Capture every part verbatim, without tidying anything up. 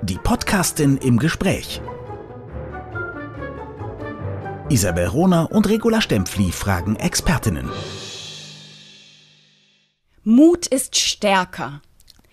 Die Podcastin im Gespräch. Isabel Rohner und Regula Stempfli fragen Expertinnen. Mut ist stärker.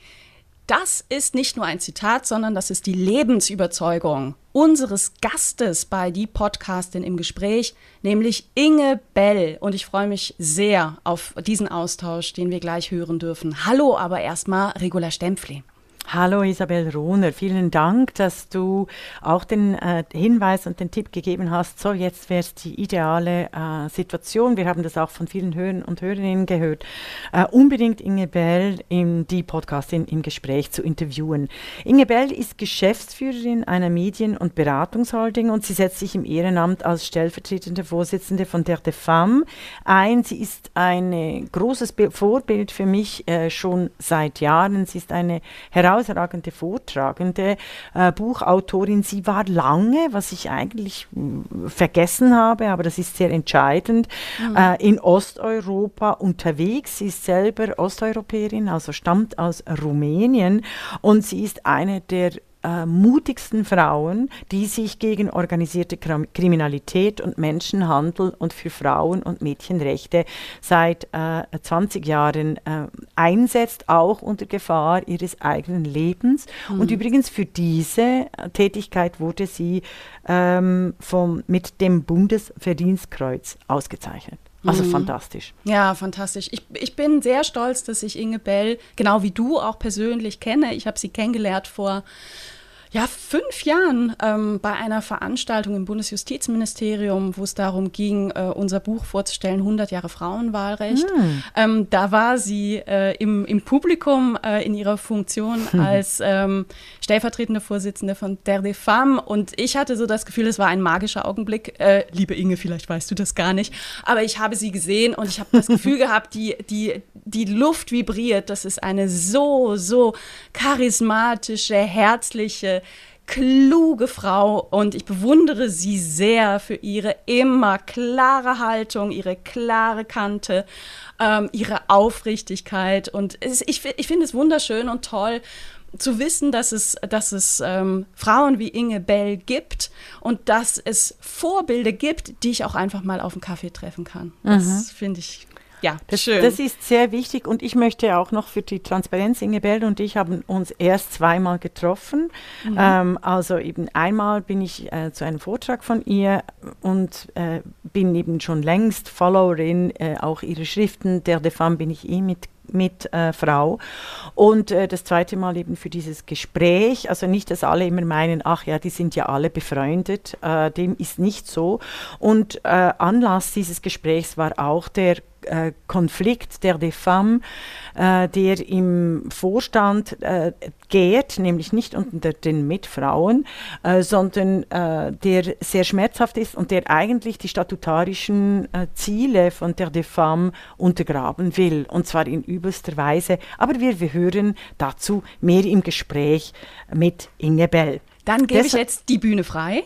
Das ist nicht nur ein Zitat, sondern das ist die Lebensüberzeugung unseres Gastes bei Die Podcastin im Gespräch, nämlich Inge Bell. Und ich freue mich sehr auf diesen Austausch, den wir gleich hören dürfen. Hallo, aber erstmal Regula Stempfli. Hallo Isabel Rohner, vielen Dank, dass du auch den äh, Hinweis und den Tipp gegeben hast. So, jetzt wäre es die ideale äh, Situation. Wir haben das auch von vielen Hörern und Hörerinnen gehört. Äh, unbedingt Inge Bell in die Podcastin im Gespräch zu interviewen. Inge Bell ist Geschäftsführerin einer Medien- und Beratungsholding und sie setzt sich im Ehrenamt als stellvertretende Vorsitzende von der de Femme ein. Sie ist ein großes Be- Vorbild für mich äh, schon seit Jahren. Sie ist eine herausragende herausragende Vortragende, äh, Buchautorin. Sie war lange, was ich eigentlich mh, vergessen habe, aber das ist sehr entscheidend, mhm. äh, in Osteuropa unterwegs. Sie ist selber Osteuropäerin, also stammt aus Rumänien und sie ist eine der Äh, mutigsten Frauen, die sich gegen organisierte Krim- Kriminalität und Menschenhandel und für Frauen- und Mädchenrechte seit äh, zwanzig Jahren äh, einsetzt, auch unter Gefahr ihres eigenen Lebens. Mhm. Und übrigens für diese Tätigkeit wurde sie ähm, vom, mit dem Bundesverdienstkreuz ausgezeichnet. Also mhm. fantastisch. Ja, fantastisch. Ich, ich bin sehr stolz, dass ich Inge Bell, genau wie du, auch persönlich kenne. Ich habe sie kennengelernt vor ja, fünf Jahren ähm, bei einer Veranstaltung im Bundesjustizministerium, wo es darum ging, äh, unser Buch vorzustellen, hundert Jahre Frauenwahlrecht. Mhm. Ähm, da war sie äh, im, im Publikum äh, in ihrer Funktion mhm. als ähm, stellvertretende Vorsitzende von der de Femme und ich hatte so das Gefühl, es war ein magischer Augenblick. Äh, liebe Inge, vielleicht weißt du das gar nicht, aber ich habe sie gesehen und ich habe das Gefühl gehabt, die, die, die Luft vibriert. Das ist eine so, so charismatische, herzliche, kluge Frau und ich bewundere sie sehr für ihre immer klare Haltung, ihre klare Kante, ähm, ihre Aufrichtigkeit und es, ich, ich finde es wunderschön und toll zu wissen, dass es, dass es ähm, Frauen wie Inge Bell gibt und dass es Vorbilder gibt, die ich auch einfach mal auf einen Kaffee treffen kann. Das mhm. finde ich Ja, das, schön. Das ist sehr wichtig und ich möchte auch noch für die Transparenz, Inge Bell und ich haben uns erst zweimal getroffen. Mhm. Ähm, also eben einmal bin ich äh, zu einem Vortrag von ihr und äh, bin eben schon längst Followerin, äh, auch ihrer Schriften, der de Femme bin ich eh mit mit äh, Frau und äh, das zweite Mal eben für dieses Gespräch, also nicht, dass alle immer meinen, ach ja, die sind ja alle befreundet, äh, dem ist nicht so und äh, Anlass dieses Gesprächs war auch der äh, Konflikt der de Femme, äh, der im Vorstand äh, geht, nämlich nicht unter den Mitfrauen, äh, sondern äh, der sehr schmerzhaft ist und der eigentlich die statutarischen äh, Ziele von der de Femme untergraben will, und zwar in übelster Weise. Aber wir, wir hören dazu mehr im Gespräch mit Inge Bell. Dann gebe ich jetzt die Bühne frei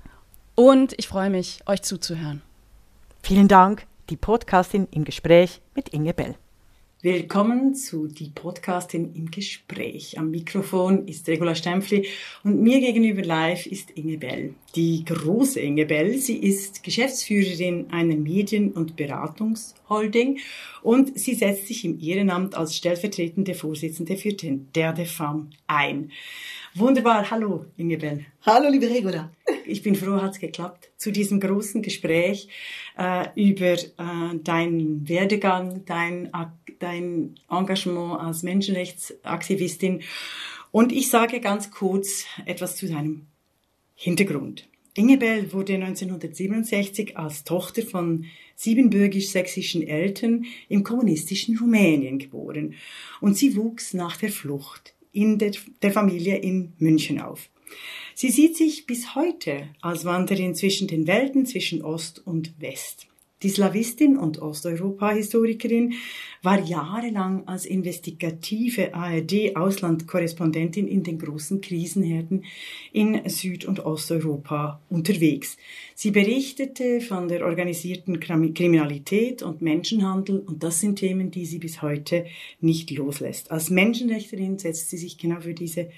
und ich freue mich, euch zuzuhören. Vielen Dank. Die Podcastin im Gespräch mit Inge Bell. Willkommen zu Die Podcastin im Gespräch. Am Mikrofon ist Regula Stempfli und mir gegenüber live ist Inge Bell. Die große Inge Bell, sie ist Geschäftsführerin einer Medien- und Beratungsholding und sie setzt sich im Ehrenamt als stellvertretende Vorsitzende für den der de Femme ein. Wunderbar, hallo Inge Bell. Hallo liebe Regula. Ich bin froh, hat es geklappt, zu diesem großen Gespräch äh, über äh, deinen Werdegang, dein, dein Engagement als Menschenrechtsaktivistin. Und ich sage ganz kurz etwas zu deinem Hintergrund. Inge Bell wurde neunzehnhundertsiebenundsechzig als Tochter von siebenbürgisch-sächsischen Eltern im kommunistischen Rumänien geboren. Und sie wuchs nach der Flucht in der, der Familie in München auf. Sie sieht sich bis heute als Wanderin zwischen den Welten, zwischen Ost und West. Die Slawistin und Osteuropa-Historikerin war jahrelang als investigative A R D-Auslandkorrespondentin in den großen Krisenherden in Süd- und Osteuropa unterwegs. Sie berichtete von der organisierten Kriminalität und Menschenhandel und das sind Themen, die sie bis heute nicht loslässt. Als Menschenrechtlerin setzt sie sich genau für diese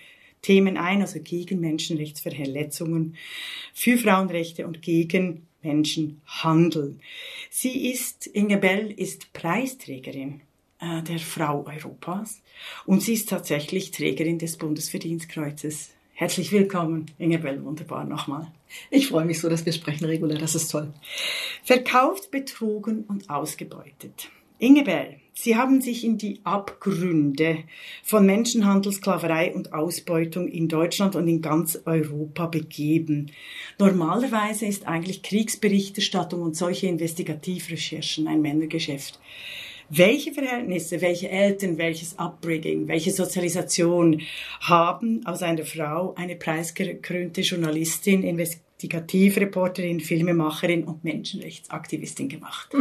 Themen ein, also gegen Menschenrechtsverletzungen, für Frauenrechte und gegen Menschenhandel. Sie ist, Inge Bell ist Preisträgerin äh, der Frau Europas und sie ist tatsächlich Trägerin des Bundesverdienstkreuzes. Herzlich willkommen, Inge Bell, wunderbar nochmal. Ich freue mich so, dass wir sprechen, Regula, das ist toll. Verkauft, betrogen und ausgebeutet. Inge Bell, Sie haben sich in die Abgründe von Menschenhandel, Sklaverei und Ausbeutung in Deutschland und in ganz Europa begeben. Normalerweise ist eigentlich Kriegsberichterstattung und solche Investigativrecherchen ein Männergeschäft. Welche Verhältnisse, welche Eltern, welches Upbringing, welche Sozialisation haben aus einer Frau eine preisgekrönte Journalistin, Investigativreporterin, Filmemacherin und Menschenrechtsaktivistin gemacht?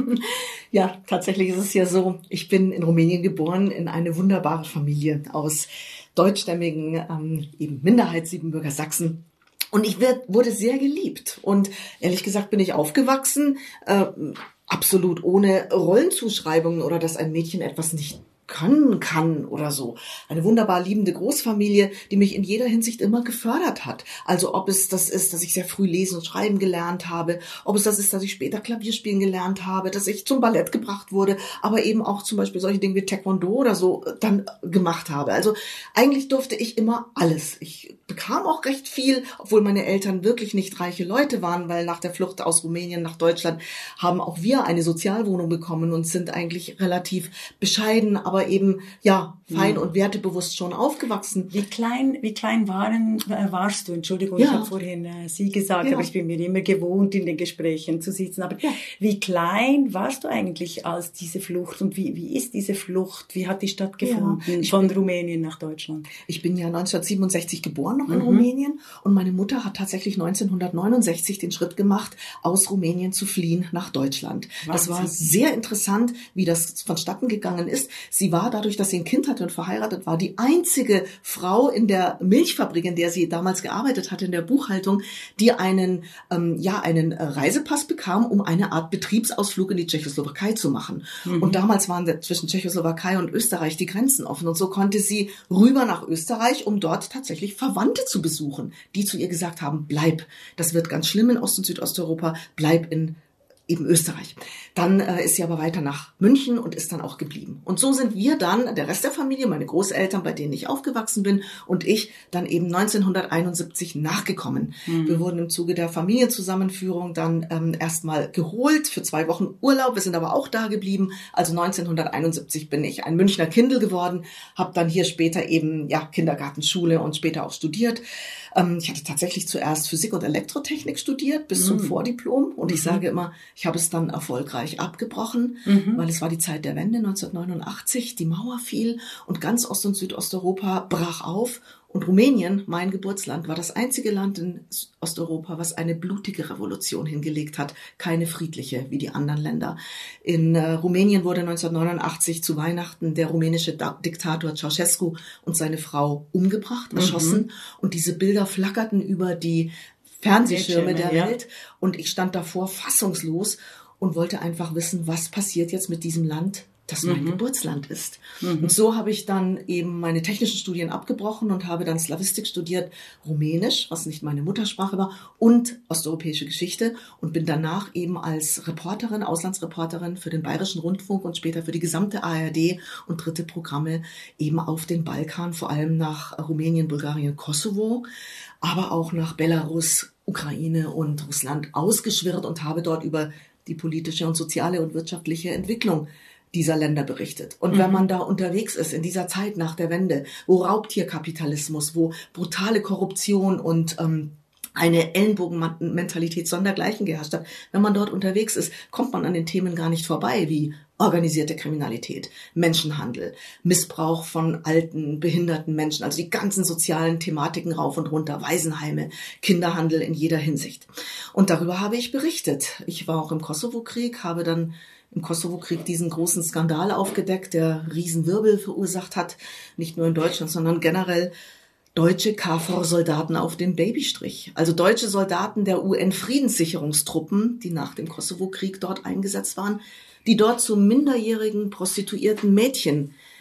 Ja, tatsächlich ist es ja so, ich bin in Rumänien geboren, in eine wunderbare Familie aus deutschstämmigen ähm, eben Minderheitssiebenbürger Sachsen. Und ich werd, wurde sehr geliebt. Und ehrlich gesagt bin ich aufgewachsen, äh, absolut ohne Rollenzuschreibungen oder dass ein Mädchen etwas nicht können kann oder so. Eine wunderbar liebende Großfamilie, die mich in jeder Hinsicht immer gefördert hat. Also ob es das ist, dass ich sehr früh lesen und schreiben gelernt habe, ob es das ist, dass ich später Klavier spielen gelernt habe, dass ich zum Ballett gebracht wurde, aber eben auch zum Beispiel solche Dinge wie Taekwondo oder so dann gemacht habe. Also eigentlich durfte ich immer alles. Ich bekam auch recht viel, obwohl meine Eltern wirklich nicht reiche Leute waren, weil nach der Flucht aus Rumänien nach Deutschland haben auch wir eine Sozialwohnung bekommen und sind eigentlich relativ bescheiden, aber eben, ja, fein und wertebewusst schon aufgewachsen. Wie klein, wie klein waren, äh, warst du? Entschuldigung, ja. ich habe vorhin äh, Sie gesagt, ja. aber ich bin mir immer gewohnt, in den Gesprächen zu sitzen. Aber ja. Wie klein warst du eigentlich als diese Flucht und wie, wie ist diese Flucht? Wie hat die stattgefunden ja. von Rumänien nach Deutschland? Ich bin ja neunzehnhundertsiebenundsechzig geboren, noch in mhm. Rumänien, und meine Mutter hat tatsächlich neunzehnhundertneunundsechzig den Schritt gemacht, aus Rumänien zu fliehen nach Deutschland. Wahnsinn. Das war sehr interessant, wie das vonstatten gegangen ist. Sie war dadurch, dass sie ein Kind hatte und verheiratet war, die einzige Frau in der Milchfabrik, in der sie damals gearbeitet hatte, in der Buchhaltung, die einen, ähm, ja, einen Reisepass bekam, um eine Art Betriebsausflug in die Tschechoslowakei zu machen. Mhm. Und damals waren zwischen Tschechoslowakei und Österreich die Grenzen offen. Und so konnte sie rüber nach Österreich, um dort tatsächlich Verwandte zu besuchen, die zu ihr gesagt haben, bleib, das wird ganz schlimm in Ost- und Südosteuropa, bleib in eben Österreich. Dann äh, ist sie aber weiter nach München und ist dann auch geblieben. Und so sind wir dann, der Rest der Familie, meine Großeltern, bei denen ich aufgewachsen bin, und ich dann eben neunzehnhunderteinundsiebzig nachgekommen. Mhm. Wir wurden im Zuge der Familienzusammenführung dann ähm, erstmal geholt für zwei Wochen Urlaub. Wir sind aber auch da geblieben. Also neunzehnhunderteinundsiebzig bin ich ein Münchner Kindl geworden, habe dann hier später eben ja Kindergarten, Schule und später auch studiert. Ähm, ich hatte tatsächlich zuerst Physik und Elektrotechnik studiert bis mhm. zum Vordiplom, und ich mhm. sage immer, ich habe es dann erfolgreich abgebrochen, mhm. weil es war die Zeit der Wende, neunzehnhundertneunundachtzig, die Mauer fiel und ganz Ost- und Südosteuropa brach auf. Und Rumänien, mein Geburtsland, war das einzige Land in Osteuropa, was eine blutige Revolution hingelegt hat, keine friedliche wie die anderen Länder. In äh, Rumänien wurde neunzehnhundertneunundachtzig zu Weihnachten der rumänische da- Diktator Ceausescu und seine Frau umgebracht, erschossen. Mhm. Und diese Bilder flackerten über die Fernsehschirme der ja. Welt. Und ich stand davor fassungslos und wollte einfach wissen, was passiert jetzt mit diesem Land, das mein mhm. Geburtsland ist. Mhm. Und so habe ich dann eben meine technischen Studien abgebrochen und habe dann Slawistik studiert, Rumänisch, was nicht meine Muttersprache war, und osteuropäische Geschichte, und bin danach eben als Reporterin, Auslandsreporterin für den Bayerischen Rundfunk und später für die gesamte A R D und dritte Programme eben auf den Balkan, vor allem nach Rumänien, Bulgarien, Kosovo, aber auch nach Belarus, Ukraine und Russland ausgeschwirrt und habe dort über die politische und soziale und wirtschaftliche Entwicklung dieser Länder berichtet. Und mhm. wenn man da unterwegs ist in dieser Zeit nach der Wende, wo Raubtierkapitalismus, wo brutale Korruption und ähm, eine Ellenbogenmentalität sondergleichen geherrscht hat, wenn man dort unterwegs ist, kommt man an den Themen gar nicht vorbei, wie organisierte Kriminalität, Menschenhandel, Missbrauch von alten, behinderten Menschen, also die ganzen sozialen Thematiken rauf und runter, Waisenheime, Kinderhandel in jeder Hinsicht. Und darüber habe ich berichtet. Ich war auch im Kosovo-Krieg, habe dann im Kosovo-Krieg diesen großen Skandal aufgedeckt, der Riesenwirbel verursacht hat, nicht nur in Deutschland, sondern generell deutsche K F O R-Soldaten auf dem Babystrich. Also deutsche Soldaten der U N-Friedenssicherungstruppen, die nach dem Kosovo-Krieg dort eingesetzt waren, die dort zu minderjährigen prostituierten Mädchen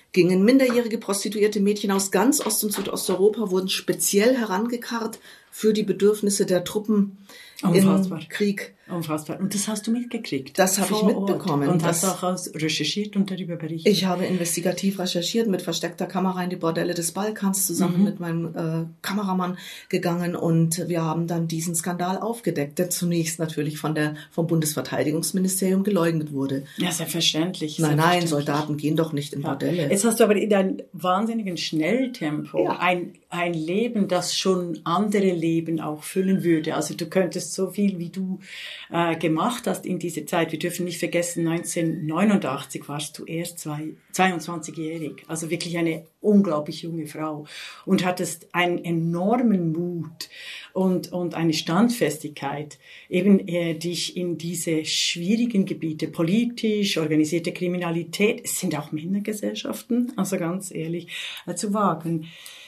gingen minderjährige prostituierte Mädchen aus ganz Ost- und Südosteuropa, wurden speziell herangekarrt für die Bedürfnisse der Truppen Unfassbar. im Krieg. Unfassbar. Und das hast du mitgekriegt? Das habe ich mitbekommen. Und hast auch recherchiert und darüber berichtet? Ich habe investigativ recherchiert, mit versteckter Kamera in die Bordelle des Balkans, zusammen mhm. mit meinem äh, Kameramann gegangen, und wir haben dann diesen Skandal aufgedeckt, der zunächst natürlich von der, vom Bundesverteidigungsministerium geleugnet wurde. Ja, selbstverständlich. Nein, selbstverständlich. nein, Soldaten gehen doch nicht in Bordelle. Jetzt hast du aber in einem wahnsinnigen Schnelltempo ja. ein, ein Leben, das schon andere Leben auch füllen würde. Also du könntest so viel, wie du äh, gemacht hast in dieser Zeit. Wir dürfen nicht vergessen, neunzehnhundertneunundachtzig warst du erst zwei, zweiundzwanzigjährig. Also wirklich eine unglaublich junge Frau. Und hattest einen enormen Mut und, und eine Standfestigkeit, eben äh, dich in diese schwierigen Gebiete, politisch, organisierte Kriminalität, es sind auch Männergesellschaften, also ganz ehrlich, äh, zu wagen.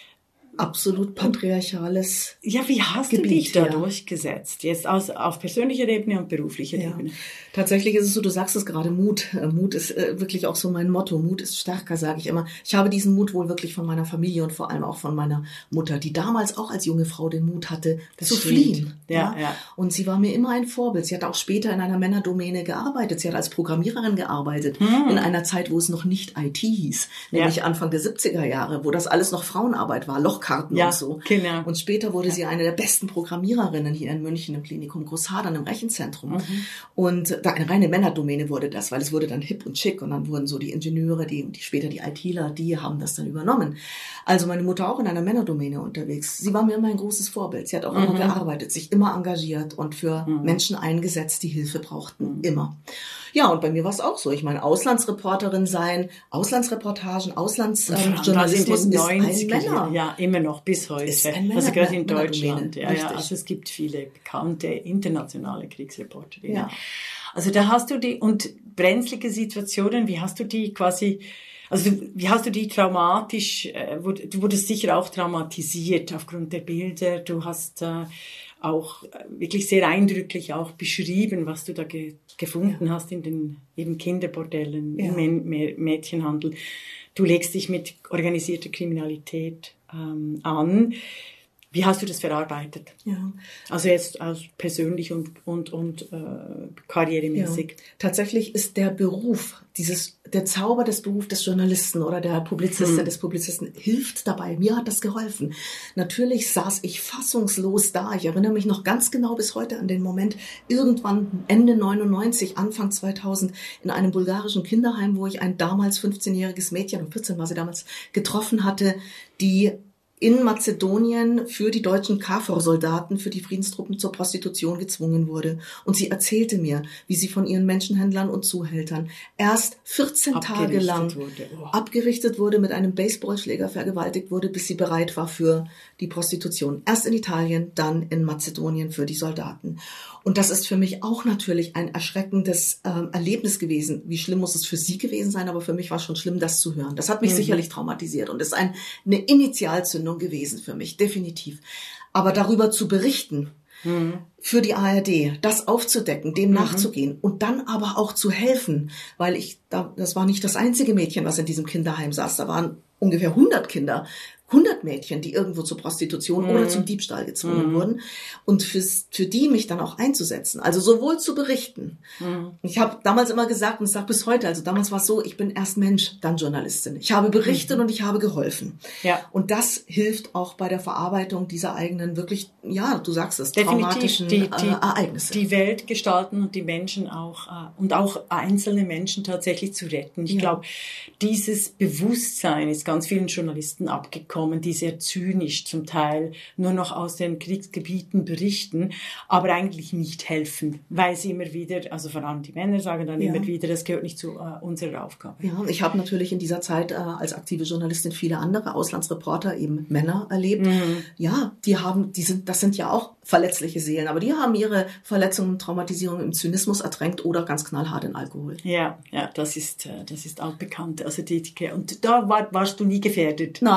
Absolut patriarchales Ja, wie hast Gebiet, du dich da ja. durchgesetzt? Jetzt aus, auf persönlicher Ebene und beruflicher ja. Ebene. Tatsächlich ist es so, du sagst es gerade, Mut. Mut ist äh, wirklich auch so mein Motto. Mut ist stärker, sage ich immer. Ich habe diesen Mut wohl wirklich von meiner Familie und vor allem auch von meiner Mutter, die damals auch als junge Frau den Mut hatte, das zu stimmt. fliehen. Ja, ja. Und sie war mir immer ein Vorbild. Sie hat auch später in einer Männerdomäne gearbeitet. Sie hat als Programmiererin gearbeitet, hm. in einer Zeit, wo es noch nicht I T hieß, nämlich ja. Anfang der siebziger Jahre, wo das alles noch Frauenarbeit war, Lochkarten ja. und so. Genau. Und später wurde ja. sie eine der besten Programmiererinnen hier in München im Klinikum Großhadern im Rechenzentrum. Mhm. Und da eine reine Männerdomäne wurde das, weil es wurde dann hip und schick, und dann wurden so die Ingenieure, die, die später die ITler, die haben das dann übernommen. Also meine Mutter auch in einer Männerdomäne unterwegs. Sie war mir immer ein großes Vorbild. Sie hat auch mhm. immer gearbeitet, sich immer engagiert und für mhm. Menschen eingesetzt, die Hilfe brauchten. Mhm. Immer. Ja, und bei mir war es auch so. Ich meine, Auslandsreporterin sein, Auslandsreportagen, Auslandsjournalismus ähm, ist ein Männer. Ja, immer noch, bis heute. Ist ein Männer, also gerade in Männer, Deutschland. Ja, ja, also es gibt viele bekannte internationale Kriegsreporterinnen. Ja. Also da hast du die, und brenzlige Situationen, wie hast du die quasi, also wie hast du die traumatisch, äh, du wurdest sicher auch traumatisiert aufgrund der Bilder, du hast äh, auch wirklich sehr eindrücklich auch beschrieben, was du da ge- gefunden ja. hast in den eben Kinderbordellen, ja. im Mä- Mädchenhandel. Du legst dich mit organisierter Kriminalität ähm, an. Wie hast du das verarbeitet? Ja. Also jetzt also persönlich und und und äh, karrieremäßig. Ja. Tatsächlich ist der Beruf, dieses der Zauber des Berufs des Journalisten oder der Publizistin, hm. des Publizisten hilft dabei. Mir hat das geholfen. Natürlich saß ich fassungslos da. Ich erinnere mich noch ganz genau bis heute an den Moment, irgendwann Ende neunundneunzig, Anfang zweitausend in einem bulgarischen Kinderheim, wo ich ein damals fünfzehnjähriges Mädchen, und vierzehn war sie damals, getroffen hatte, die in Mazedonien für die deutschen K F O R-Soldaten, für die Friedenstruppen zur Prostitution gezwungen wurde. Und sie erzählte mir, wie sie von ihren Menschenhändlern und Zuhältern erst vierzehn Tage lang wurde. Oh. abgerichtet wurde, mit einem Baseballschläger vergewaltigt wurde, bis sie bereit war für die Prostitution. Erst in Italien, dann in Mazedonien für die Soldaten. Und das ist für mich auch natürlich ein erschreckendes ähm, Erlebnis gewesen. Wie schlimm muss es für sie gewesen sein, aber für mich war es schon schlimm, das zu hören. Das hat mich mhm. sicherlich traumatisiert und ist ein, eine Initialzündung gewesen für mich, definitiv. Aber darüber zu berichten, mhm. für die A R D, das aufzudecken, dem mhm. nachzugehen und dann aber auch zu helfen, weil ich, da, das war nicht das einzige Mädchen, was in diesem Kinderheim saß, da waren ungefähr hundert Kinder, hundert Mädchen, die irgendwo zur Prostitution mhm. oder zum Diebstahl gezwungen mhm. wurden, und fürs, für die mich dann auch einzusetzen, also sowohl zu berichten. Mhm. Ich habe damals immer gesagt und sage bis heute, also damals war es so, ich bin erst Mensch, dann Journalistin. Ich habe berichtet mhm. und ich habe geholfen. Ja. Und das hilft auch bei der Verarbeitung dieser eigenen wirklich, ja, du sagst es, definitiv traumatischen die, die, äh, Ereignisse. Die Welt gestalten und die Menschen auch, äh, und auch einzelne Menschen tatsächlich zu retten. Ich ja. glaube, dieses Bewusstsein ist ganz vielen Journalisten abgekommen, die sehr zynisch zum Teil nur noch aus den Kriegsgebieten berichten, aber eigentlich nicht helfen, weil sie immer wieder, also vor allem die Männer sagen dann ja. immer wieder, das gehört nicht zu äh, unserer Aufgabe. Ja, ich habe natürlich in dieser Zeit äh, als aktive Journalistin viele andere Auslandsreporter, eben Männer, erlebt. Mhm. Ja, die haben, die sind, das sind ja auch verletzliche Seelen, aber die haben ihre Verletzungen und Traumatisierungen im Zynismus ertränkt oder ganz knallhart in Alkohol. Ja, ja, das ist, das ist altbekannt. Also die, die, und da war, warst du nie gefährdet? Nein, da war ich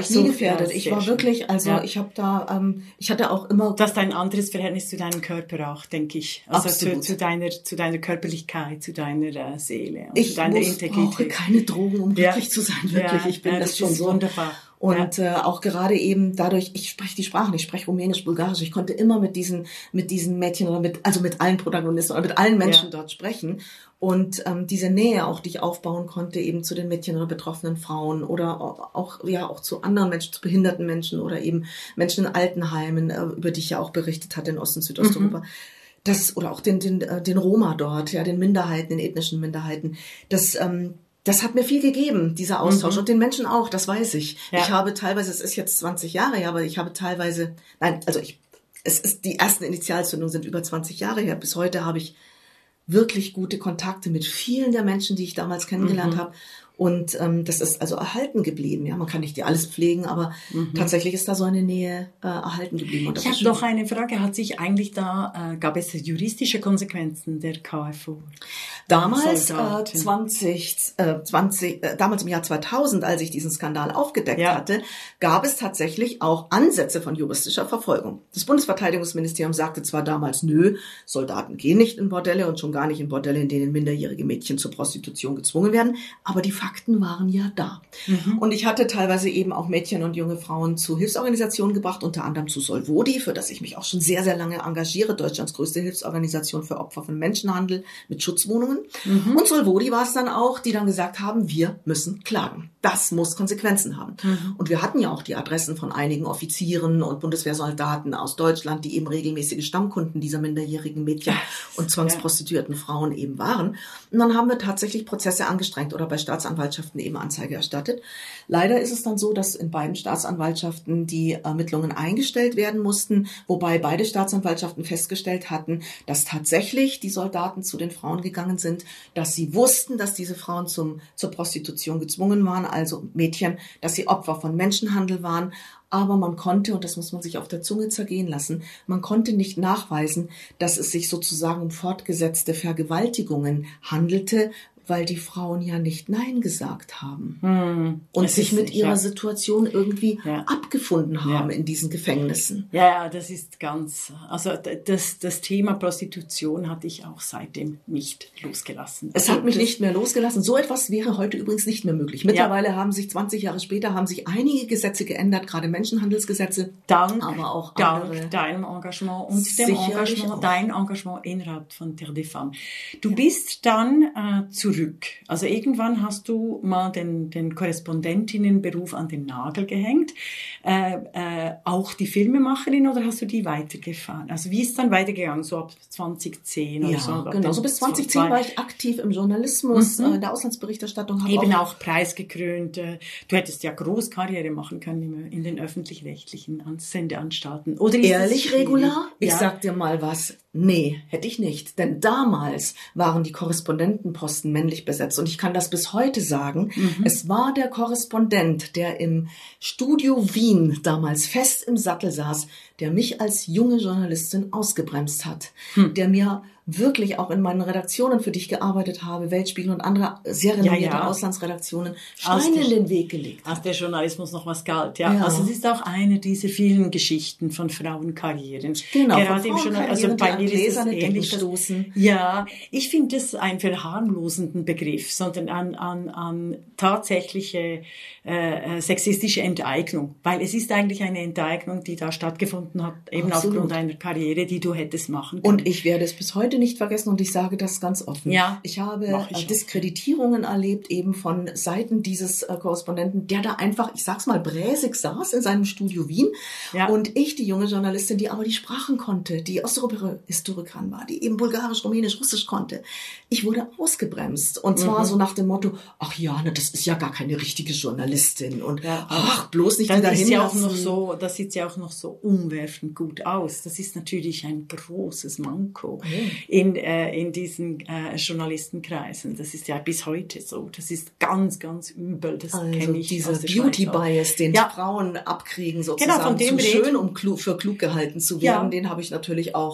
ich nie gefährdet. Ich war wirklich, also ja. ich habe da, ähm, ich hatte auch immer... Du hast ein anderes Verhältnis zu deinem Körper auch, denke ich. Also zu, zu deiner zu deiner Körperlichkeit, zu deiner äh, Seele und ich zu deiner muss, Integrität. Ich brauche keine Drogen, um glücklich ja. zu sein, wirklich. Ja. Ich bin ja, das, das schon ist so. Wunderbar. Und ja. äh, auch gerade eben dadurch, ich spreche die Sprachen, ich spreche Rumänisch, Bulgarisch, ich konnte immer mit diesen mit diesen Mädchen oder mit also mit allen Protagonisten oder mit allen Menschen ja. dort sprechen. Und ähm, diese Nähe auch, die ich aufbauen konnte, eben zu den Mädchen oder betroffenen Frauen oder auch ja auch zu anderen Menschen, zu behinderten Menschen oder eben Menschen in Altenheimen, äh, über die ich ja auch berichtet hatte in Ost- und Südosteuropa. Mhm. Das oder auch den den den Roma dort, ja, den Minderheiten, den ethnischen Minderheiten. Das ähm, Das hat mir viel gegeben, dieser Austausch. Mhm. Und den Menschen auch, das weiß ich. Ja. Ich habe teilweise, es ist jetzt zwanzig Jahre her, aber ich habe teilweise, nein, also ich, es ist, die ersten Initialzündungen sind über zwanzig Jahre her. Bis heute habe ich wirklich gute Kontakte mit vielen der Menschen, die ich damals kennengelernt mhm. habe. Und ähm, das ist also erhalten geblieben. Ja, man kann nicht alles pflegen, aber mhm. tatsächlich ist da so eine Nähe äh, erhalten geblieben. Und das ich habe noch eine Frage. Hat sich eigentlich da, äh, gab es juristische Konsequenzen der K F O? Damals, äh, zwanzig, äh, zwanzig, äh, damals im Jahr zweitausend, als ich diesen Skandal aufgedeckt ja. hatte, gab es tatsächlich auch Ansätze von juristischer Verfolgung. Das Bundesverteidigungsministerium sagte zwar damals, nö, Soldaten gehen nicht in Bordelle und schon gar nicht in Bordelle, in denen minderjährige Mädchen zur Prostitution gezwungen werden, aber die Fakten waren ja da. Mhm. Und ich hatte teilweise eben auch Mädchen und junge Frauen zu Hilfsorganisationen gebracht, unter anderem zu Solvodi, für das ich mich auch schon sehr, sehr lange engagiere, Deutschlands größte Hilfsorganisation für Opfer von Menschenhandel mit Schutzwohnungen. Mhm. Und Solvodi war es dann auch, die dann gesagt haben, wir müssen klagen. Das muss Konsequenzen haben. Mhm. Und wir hatten ja auch die Adressen von einigen Offizieren und Bundeswehrsoldaten aus Deutschland, die eben regelmäßige Stammkunden dieser minderjährigen Mädchen und zwangsprostituierten ja. Frauen eben waren. Und dann haben wir tatsächlich Prozesse angestrengt oder bei Staatsanwaltschaften eben Anzeige erstattet. Leider ist es dann so, dass in beiden Staatsanwaltschaften die Ermittlungen eingestellt werden mussten, wobei beide Staatsanwaltschaften festgestellt hatten, dass tatsächlich die Soldaten zu den Frauen gegangen sind, dass sie wussten, dass diese Frauen zum, zur Prostitution gezwungen waren, also Mädchen, dass sie Opfer von Menschenhandel waren. Aber man konnte, und das muss man sich auf der Zunge zergehen lassen, man konnte nicht nachweisen, dass es sich sozusagen um fortgesetzte Vergewaltigungen handelte, weil die Frauen ja nicht Nein gesagt haben hm, und sich mit ihrer ja. Situation irgendwie ja. abgefunden haben ja. in diesen Gefängnissen. Ja, ja, das ist ganz, also das, das Thema Prostitution hatte ich auch seitdem nicht losgelassen. Es hat mich nicht mehr losgelassen. So etwas wäre heute übrigens nicht mehr möglich. Mittlerweile ja. haben sich zwanzig Jahre später haben sich einige Gesetze geändert, gerade Menschenhandelsgesetze, dank, aber auch dank andere. deinem Engagement und dem Engagement, auch. dein Engagement innerhalb von Terre des Femmes. Du ja. bist dann äh, zurück. Also irgendwann hast du mal den, den Korrespondentinnenberuf an den Nagel gehängt. Äh, äh, auch die Filmemacherin oder hast du die weitergefahren? Also wie ist es dann weitergegangen, so ab zwanzig zehn oder ja, so? Genau, so bis zwanzig zehn war ich aktiv im Journalismus, mhm. äh, in der Auslandsberichterstattung. Eben auch, auch preisgekrönt. Äh, du hättest ja Großkarriere machen können in den öffentlich-rechtlichen Sendeanstalten. Oder ist Ehrlich, Regula? Ich ja. sag dir mal was. Nee, hätte ich nicht. Denn damals waren die Korrespondentenposten männlich besetzt. Und ich kann das bis heute sagen. Mhm. Es war der Korrespondent, der im Studio Wien damals fest im Sattel saß, der mich als junge Journalistin ausgebremst hat. Hm. Der mir wirklich auch in meinen Redaktionen, für die ich gearbeitet habe, Weltspiegel und andere sehr renommierte ja, ja. Auslandsredaktionen, Steine in den Weg gelegt hat. Als der Journalismus noch was galt, ja. ja. Also es ist auch eine dieser vielen Geschichten von Frauenkarrieren. Genau, gerade im Journalismus. Also bei mir ist es ähnlich. Stoßen. Ja, ich finde das einen verharmlosenden Begriff, sondern an, an, an tatsächliche äh, sexistische Enteignung. Weil es ist eigentlich eine Enteignung, die da stattgefunden hat, eben Absolut. aufgrund einer Karriere, die du hättest machen können. Und ich werde es bis heute nicht vergessen und ich sage das ganz offen. Ja, ich habe ich Diskreditierungen erlebt eben von Seiten dieses äh, Korrespondenten, der da einfach, ich sag's mal, bräsig saß in seinem Studio Wien ja. und ich, die junge Journalistin, die aber die Sprachen konnte, die Osteuropa-Historikerin war, die eben Bulgarisch, Rumänisch, Russisch konnte. Ich wurde ausgebremst und zwar mhm. so nach dem Motto, ach ja, ne, das ist ja gar keine richtige Journalistin und ja. ach, bloß nicht das wieder ist ja auch noch so, das sieht ja auch noch so umwerfend gut aus. Das ist natürlich ein großes Manko. Mhm. In, äh, in diesen äh, Journalistenkreisen. Das ist ja bis heute so. Das ist ganz, ganz übel. Das also kenne ich dieser Beauty-Bias, den ja. Frauen abkriegen sozusagen, genau, von dem zu schön, um klug, für klug gehalten zu werden, ja. den habe ich natürlich auch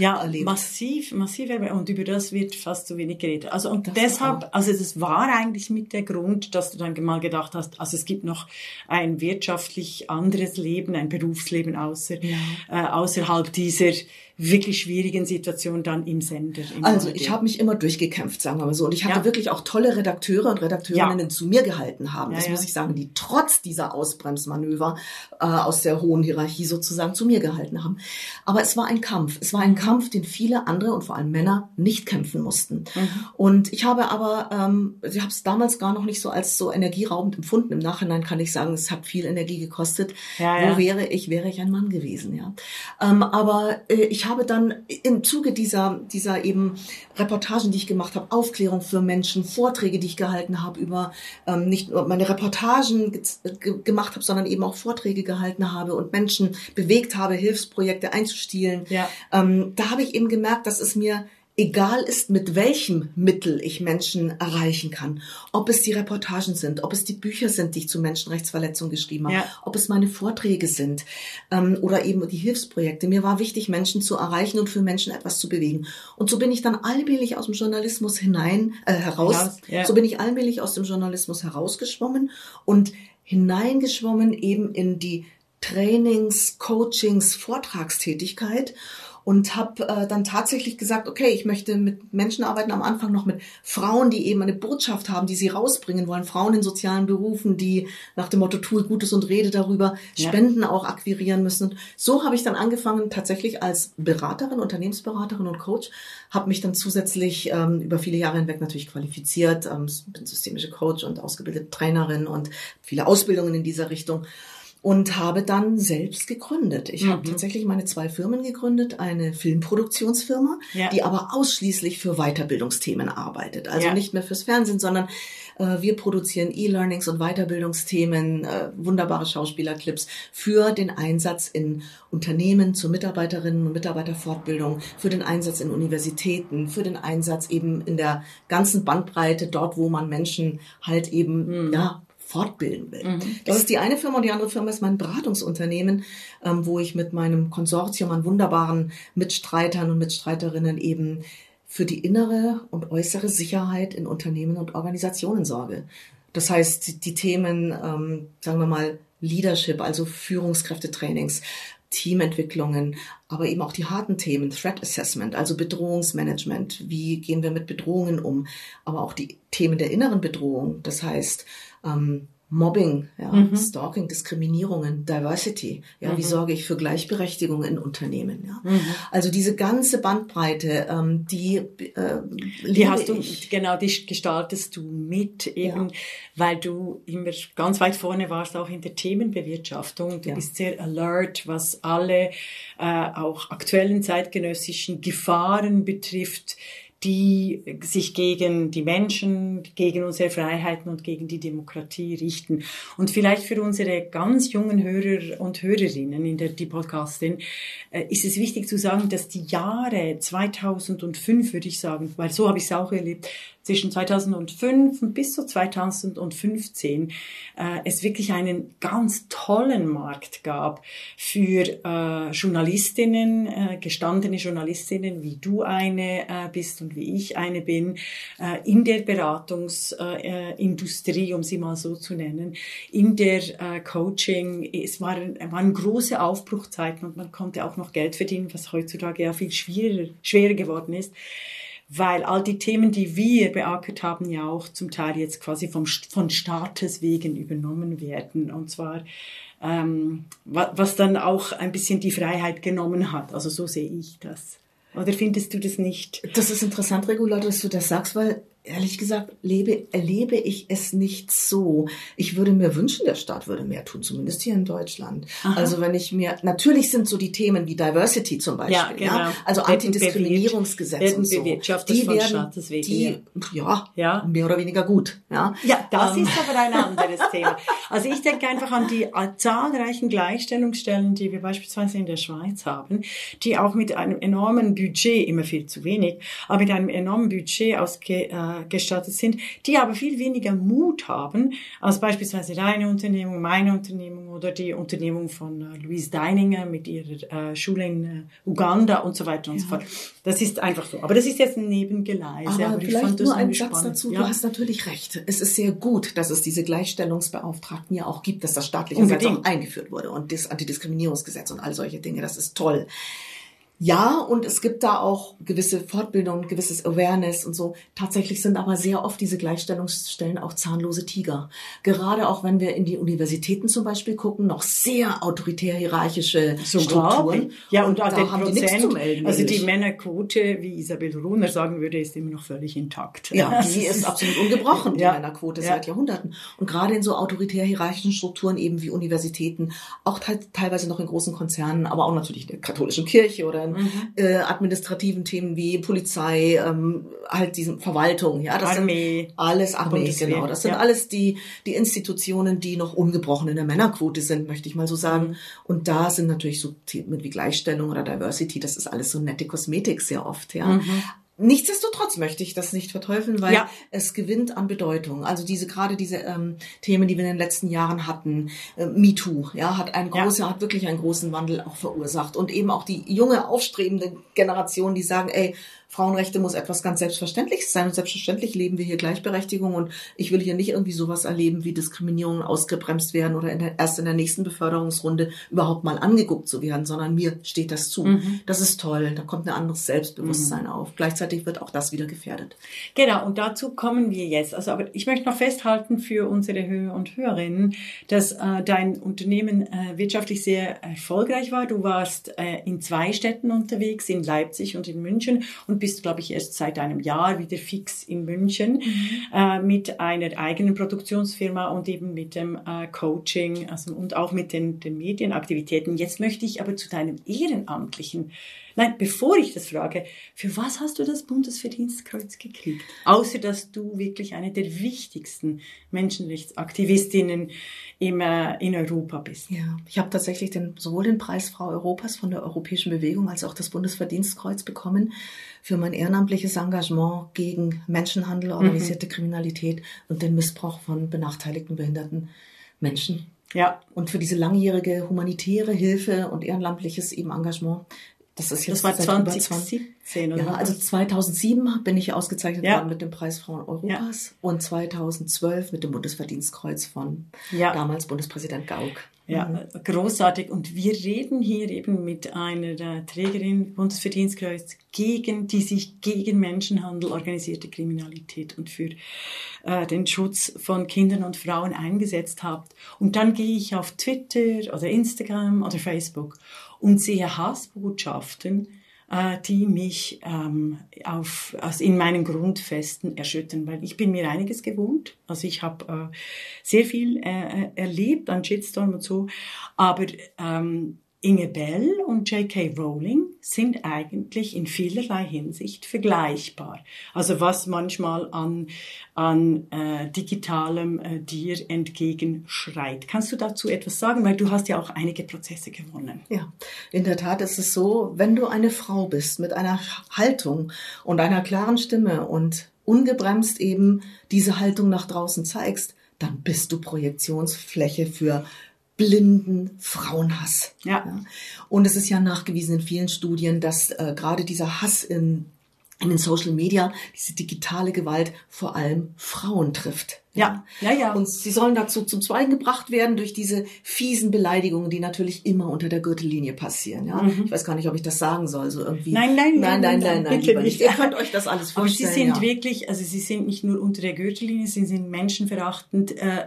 ja, erlebt. massiv, massiv. Und über das wird fast zu wenig geredet. Also, und das deshalb, also das war eigentlich mit der Grund, dass du dann mal gedacht hast, also es gibt noch ein wirtschaftlich anderes Leben, ein Berufsleben außer, ja. äh, außerhalb dieser wirklich schwierigen Situation dann im Sender. Im also ich habe mich immer durchgekämpft, sagen wir mal so. Und ich hatte ja. wirklich auch tolle Redakteure und Redakteurinnen, ja. zu mir gehalten haben. Ja, das ja. muss ich sagen, die trotz dieser Ausbremsmanöver äh, aus der hohen Hierarchie sozusagen zu mir gehalten haben. Aber es war ein Kampf. Es war ein Kampf, den viele andere und vor allem Männer nicht kämpfen mussten. Mhm. Und ich habe aber, ähm, ich habe es damals gar noch nicht so als so energieraubend empfunden. Im Nachhinein kann ich sagen, es hat viel Energie gekostet. Ja, Wo ja. wäre ich, wäre ich ein Mann gewesen, ja. Ähm, aber äh, ich habe dann im Zuge dieser, dieser eben Reportagen, die ich gemacht habe, Aufklärung für Menschen, Vorträge, die ich gehalten habe über, ähm, nicht nur meine Reportagen ge- ge- gemacht habe, sondern eben auch Vorträge gehalten habe und Menschen bewegt habe, Hilfsprojekte einzustielen. Ja. Ähm, da habe ich eben gemerkt, dass es mir egal ist, mit welchem Mittel ich Menschen erreichen kann. Ob es die Reportagen sind, ob es die Bücher sind, die ich zu Menschenrechtsverletzungen geschrieben habe, ja. ob es meine Vorträge sind ähm, oder eben die Hilfsprojekte. Mir war wichtig, Menschen zu erreichen und für Menschen etwas zu bewegen. Und so bin ich dann allmählich aus dem Journalismus hinein, äh, heraus, ja, ja. so bin ich allmählich aus dem Journalismus herausgeschwommen und hineingeschwommen eben in die Trainings, Coachings, Vortragstätigkeit. Und habe äh, dann tatsächlich gesagt, okay, ich möchte mit Menschen arbeiten, am Anfang noch mit Frauen, die eben eine Botschaft haben, die sie rausbringen wollen, Frauen in sozialen Berufen, die nach dem Motto, tue Gutes und rede darüber, ja. Spenden auch akquirieren müssen. Und so habe ich dann angefangen, tatsächlich als Beraterin, Unternehmensberaterin und Coach, habe mich dann zusätzlich ähm, über viele Jahre hinweg natürlich qualifiziert, ähm, bin systemische Coach und ausgebildete Trainerin und viele Ausbildungen in dieser Richtung. Und habe dann selbst gegründet. Ich mhm. habe tatsächlich meine zwei Firmen gegründet, eine Filmproduktionsfirma, ja. die aber ausschließlich für Weiterbildungsthemen arbeitet. Also ja. nicht mehr fürs Fernsehen, sondern äh, wir produzieren E-Learnings und Weiterbildungsthemen, äh, wunderbare Schauspielerclips für den Einsatz in Unternehmen zur Mitarbeiterinnen- und Mitarbeiterfortbildung, für den Einsatz in Universitäten, für den Einsatz eben in der ganzen Bandbreite, dort wo man Menschen halt eben, mhm. ja, fortbilden will. Mhm. Das ist die eine Firma und die andere Firma ist mein Beratungsunternehmen, ähm, wo ich mit meinem Konsortium an wunderbaren Mitstreitern und Mitstreiterinnen eben für die innere und äußere Sicherheit in Unternehmen und Organisationen sorge. Das heißt, die Themen, ähm, sagen wir mal, Leadership, also Führungskräftetrainings, Teamentwicklungen, aber eben auch die harten Themen, Threat Assessment, also Bedrohungsmanagement, wie gehen wir mit Bedrohungen um, aber auch die Themen der inneren Bedrohung, das heißt ähm, Mobbing, ja, mhm. Stalking, Diskriminierungen, Diversity, ja, mhm. wie sorge ich für Gleichberechtigung in Unternehmen, ja. Mhm. Also diese ganze Bandbreite, ähm, die äh, die hast du, ich. genau, die gestaltest du mit, eben, ja. weil du immer ganz weit vorne warst, auch in der Themenbewirtschaftung. Du ja. bist sehr alert, was alle äh, auch aktuellen zeitgenössischen Gefahren betrifft, die sich gegen die Menschen, gegen unsere Freiheiten und gegen die Demokratie richten. Und vielleicht für unsere ganz jungen Hörer und Hörerinnen in der die Podcastin äh, ist es wichtig zu sagen, dass die Jahre zweitausendfünf, würde ich sagen, weil so habe ich es auch erlebt, zwischen zweitausendfünf und bis zu zweitausendfünfzehn äh, es wirklich einen ganz tollen Markt gab für äh, Journalistinnen, äh, gestandene Journalistinnen, wie du eine äh, bist und wie ich eine bin, äh, in der Beratungsindustrie, äh, um sie mal so zu nennen, in der äh, Coaching. Es waren, waren große Aufbruchzeiten und man konnte auch noch Geld verdienen, was heutzutage ja viel schwieriger, schwerer geworden ist. Weil all die Themen, die wir beackert haben, ja auch zum Teil jetzt quasi vom, von Staates wegen übernommen werden. Und zwar, ähm, was dann auch ein bisschen die Freiheit genommen hat. Also so sehe ich das. Oder findest du das nicht? Das ist interessant, Regula, dass du das sagst, weil ehrlich gesagt lebe, erlebe ich es nicht so. Ich würde mir wünschen, der Staat würde mehr tun, zumindest hier in Deutschland. Aha. Also wenn ich mir, natürlich sind so die Themen wie Diversity zum Beispiel, ja, genau. ja? Also Antidiskriminierungsgesetz und so, die werden, die, ja. Ja, ja, mehr oder weniger gut. Ja, ja das um. ist aber ein anderes Thema. Also ich denke einfach an die zahlreichen Gleichstellungsstellen, die wir beispielsweise in der Schweiz haben, die auch mit einem enormen Budget, immer viel zu wenig, aber mit einem enormen Budget ausge, äh, äh, gestattet sind, die aber viel weniger Mut haben als beispielsweise deine Unternehmung, meine Unternehmung oder die Unternehmung von äh, Louise Deininger mit ihrer äh, Schule in äh, Uganda und so weiter und ja. so fort. Das ist einfach so. Aber das ist jetzt ein Nebengeleise. Aber, aber vielleicht ich fand das nur ein Satz spannend. dazu. Ja. Du hast natürlich recht. Es ist sehr gut, dass es diese Gleichstellungsbeauftragten ja auch gibt, dass das staatlicherseits auch eingeführt wurde und das Antidiskriminierungsgesetz und all solche Dinge. Das ist toll. Ja, und es gibt da auch gewisse Fortbildung, gewisses Awareness und so. Tatsächlich sind aber sehr oft diese Gleichstellungsstellen auch zahnlose Tiger. Gerade auch wenn wir in die Universitäten zum Beispiel gucken, noch sehr autoritär-hierarchische so Strukturen. Ja, und, und da den haben Prozent, die nichts zu melden. Also die Männerquote, wie Isabel Rohner sagen würde, ist immer noch völlig intakt. Ja, die ist absolut ungebrochen, die ja. Männerquote ja. seit Jahrhunderten. Und gerade in so autoritär-hierarchischen Strukturen eben wie Universitäten, auch te- teilweise noch in großen Konzernen, aber auch natürlich in der katholischen Kirche oder Mhm. Äh, administrativen Themen wie Polizei, ähm, halt diesen Verwaltung, ja, das Armee, sind alles Armee, Bundeswehr, genau, das sind ja. alles die die Institutionen, die noch ungebrochen in der Männerquote sind, möchte ich mal so sagen. Mhm. Und da sind natürlich so Themen wie Gleichstellung oder Diversity, das ist alles so nette Kosmetik sehr oft, ja. Mhm. Nichtsdestotrotz möchte ich das nicht verteufeln, weil ja. es gewinnt an Bedeutung. Also diese gerade diese ähm, Themen, die wir in den letzten Jahren hatten, äh, MeToo, ja, hat ein großer, ja. hat wirklich einen großen Wandel auch verursacht und eben auch die junge aufstrebende Generation, die sagen, ey, Frauenrechte muss etwas ganz Selbstverständliches sein und selbstverständlich leben wir hier Gleichberechtigung und ich will hier nicht irgendwie sowas erleben, wie Diskriminierung ausgebremst werden oder in der, erst in der nächsten Beförderungsrunde überhaupt mal angeguckt zu werden, sondern mir steht das zu. Mhm. Das ist toll, da kommt ein anderes Selbstbewusstsein mhm. auf. Gleichzeitig wird auch das wieder gefährdet. Genau, und dazu kommen wir jetzt. Also, aber ich möchte noch festhalten für unsere Hörer und Hörerinnen, dass äh, dein Unternehmen äh, wirtschaftlich sehr erfolgreich war. Du warst äh, in zwei Städten unterwegs, in Leipzig und in München und bist, glaube ich, erst seit einem Jahr wieder fix in München mhm. äh, mit einer eigenen Produktionsfirma und eben mit dem äh, Coaching also, und auch mit den, den Medienaktivitäten. Jetzt möchte ich aber zu deinem ehrenamtlichen, nein, bevor ich das frage, für was hast du das Bundesverdienstkreuz gekriegt? Außer, dass du wirklich eine der wichtigsten Menschenrechtsaktivistinnen im, äh, in Europa bist. Ja, ich habe tatsächlich den, sowohl den Preis Frau Europas von der Europäischen Bewegung als auch das Bundesverdienstkreuz bekommen für mein ehrenamtliches Engagement gegen Menschenhandel, organisierte mhm. Kriminalität und den Missbrauch von benachteiligten, behinderten Menschen. Ja. Und für diese langjährige humanitäre Hilfe und ehrenamtliches eben Engagement. Das ist jetzt das war zwanzig siebzehn, oder? Ja, also zweitausendsieben bin ich ausgezeichnet ja. worden mit dem Preis Frauen Europas ja. und zweitausendzwölf mit dem Bundesverdienstkreuz von ja. damals Bundespräsident Gauck. Ja, mhm. großartig. Und wir reden hier eben mit einer der Trägerin Bundesverdienstkreuz gegen, die sich gegen Menschenhandel, organisierte Kriminalität und für äh, den Schutz von Kindern und Frauen eingesetzt hat. Und dann gehe ich auf Twitter oder Instagram oder Facebook und sehe Hassbotschaften, äh, die mich ähm, auf, also in meinen Grundfesten erschüttern, weil ich bin mir einiges gewohnt. Also ich habe äh, sehr viel äh, erlebt an Shitstorm und so, aber ähm, Inge Bell und J K Rowling sind eigentlich in vielerlei Hinsicht vergleichbar. Also was manchmal an, an äh, digitalem äh, dir entgegenschreit. Kannst du dazu etwas sagen? Weil du hast ja auch einige Prozesse gewonnen. Ja, in der Tat ist es so, wenn du eine Frau bist mit einer Haltung und einer klaren Stimme und ungebremst eben diese Haltung nach draußen zeigst, dann bist du Projektionsfläche für blinden Frauenhass. Ja. Ja. Und es ist ja nachgewiesen in vielen Studien, dass äh, gerade dieser Hass in, in den Social Media, diese digitale Gewalt vor allem Frauen trifft. Ja, ja, ja. Und sie sollen dazu zum Schweigen gebracht werden durch diese fiesen Beleidigungen, die natürlich immer unter der Gürtellinie passieren. Ja, mhm. Ich weiß gar nicht, ob ich das sagen soll, so irgendwie. Nein, nein, nein, nein, nein, nein, bitte nicht. Ihr könnt euch das alles vorstellen. Aber sie sind ja. wirklich, also sie sind nicht nur unter der Gürtellinie, sie sind menschenverachtend, äh,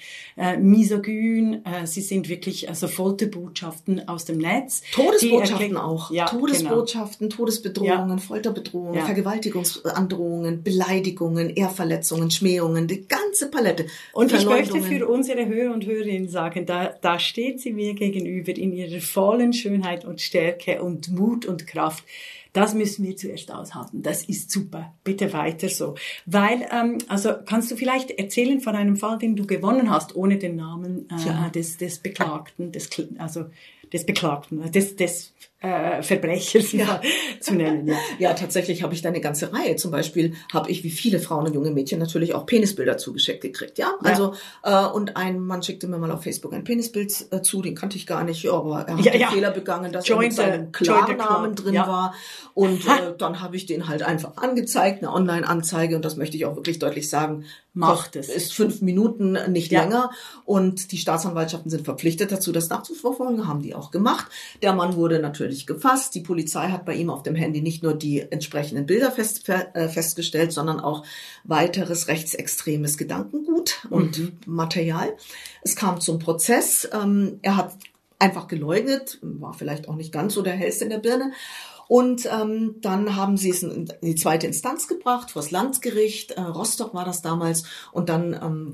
äh, misogyn, äh, sie sind wirklich also Folterbotschaften aus dem Netz. Todesbotschaften auch. Ja, Todesbotschaften, genau. Todesbedrohungen, Ja. Folterbedrohungen, Ja. Vergewaltigungsandrohungen, Beleidigungen, Ehrverletzungen, Schmähungen, die ganze Palette. Und ich möchte für unsere Hörer und Hörerinnen sagen, da, da steht sie mir gegenüber in ihrer vollen Schönheit und Stärke und Mut und Kraft. Das müssen wir zuerst aushalten. Das ist super. Bitte weiter so. Weil, ähm, also kannst du vielleicht erzählen von einem Fall, den du gewonnen hast, ohne den Namen äh, ja. des, des Beklagten, des, also des Beklagten, des, des Äh, Verbrecher ja. zu nennen. Ja, ja tatsächlich habe ich da eine ganze Reihe. Zum Beispiel habe ich wie viele Frauen und junge Mädchen natürlich auch Penisbilder zugeschickt gekriegt. Ja, also ja. Äh, und ein Mann schickte mir mal auf Facebook ein Penisbild äh, zu, den kannte ich gar nicht, ja, aber er hat ja, den ja. Fehler begangen, dass Join er mit seinem Klarnamen drin ja. war. Und äh, dann habe ich den halt einfach angezeigt, eine Online-Anzeige, und das möchte ich auch wirklich deutlich sagen, macht es. Ist fünf Minuten, nicht ja. länger. Und die Staatsanwaltschaften sind verpflichtet dazu, das nachzuverfolgen, haben die auch gemacht. Der Mann wurde natürlich gefasst. Die Polizei hat bei ihm auf dem Handy nicht nur die entsprechenden Bilder fest, äh, festgestellt, sondern auch weiteres rechtsextremes Gedankengut und mhm. Material. Es kam zum Prozess. Ähm, er hat einfach geleugnet, war vielleicht auch nicht ganz so der hellste in der Birne. Und ähm, dann haben sie es in die zweite Instanz gebracht, vor das Landgericht, äh, Rostock war das damals. Und dann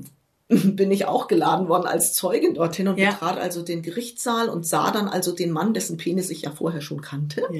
ähm, bin ich auch geladen worden als Zeugin dorthin und ja. betrat also den Gerichtssaal und sah dann also den Mann, dessen Penis ich ja vorher schon kannte. Ja.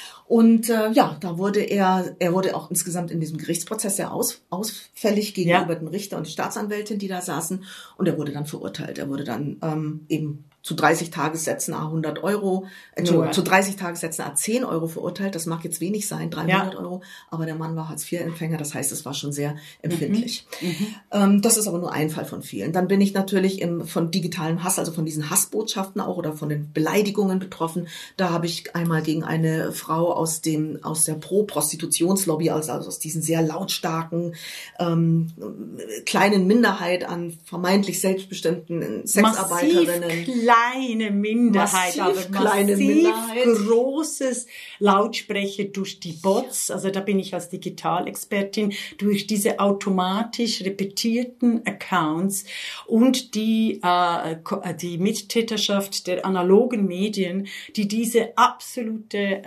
Und äh, ja, da wurde er, er wurde auch insgesamt in diesem Gerichtsprozess sehr aus, ausfällig gegenüber ja. dem Richter und die Staatsanwältin, die da saßen. Und er wurde dann verurteilt. Er wurde dann ähm, eben zu dreißig Tagessätzen à hundert Euro, Entschuldigung, ja. zu dreißig Tagessätzen à zehn Euro verurteilt. Das mag jetzt wenig sein, dreihundert ja. Euro, aber der Mann war Hartz vier Empfänger, das heißt, es war schon sehr empfindlich. Mhm. Mhm. Ähm, das ist aber nur ein Fall von vielen. Dann bin ich natürlich im, von digitalem Hass, also von diesen Hassbotschaften auch oder von den Beleidigungen betroffen. Da habe ich einmal gegen eine Frau aus dem aus der Pro-Prostitutionslobby, also aus diesen sehr lautstarken ähm, kleinen Minderheit an vermeintlich selbstbestimmten Sexarbeiterinnen. Massiv kleine Minderheit, massiv aber kleine massiv Minderheit. Großes Lautsprecher durch die Bots, also da bin ich als Digitalexpertin, durch diese automatisch repetierten Accounts und die, äh, die Mittäterschaft der analogen Medien, die diese absolute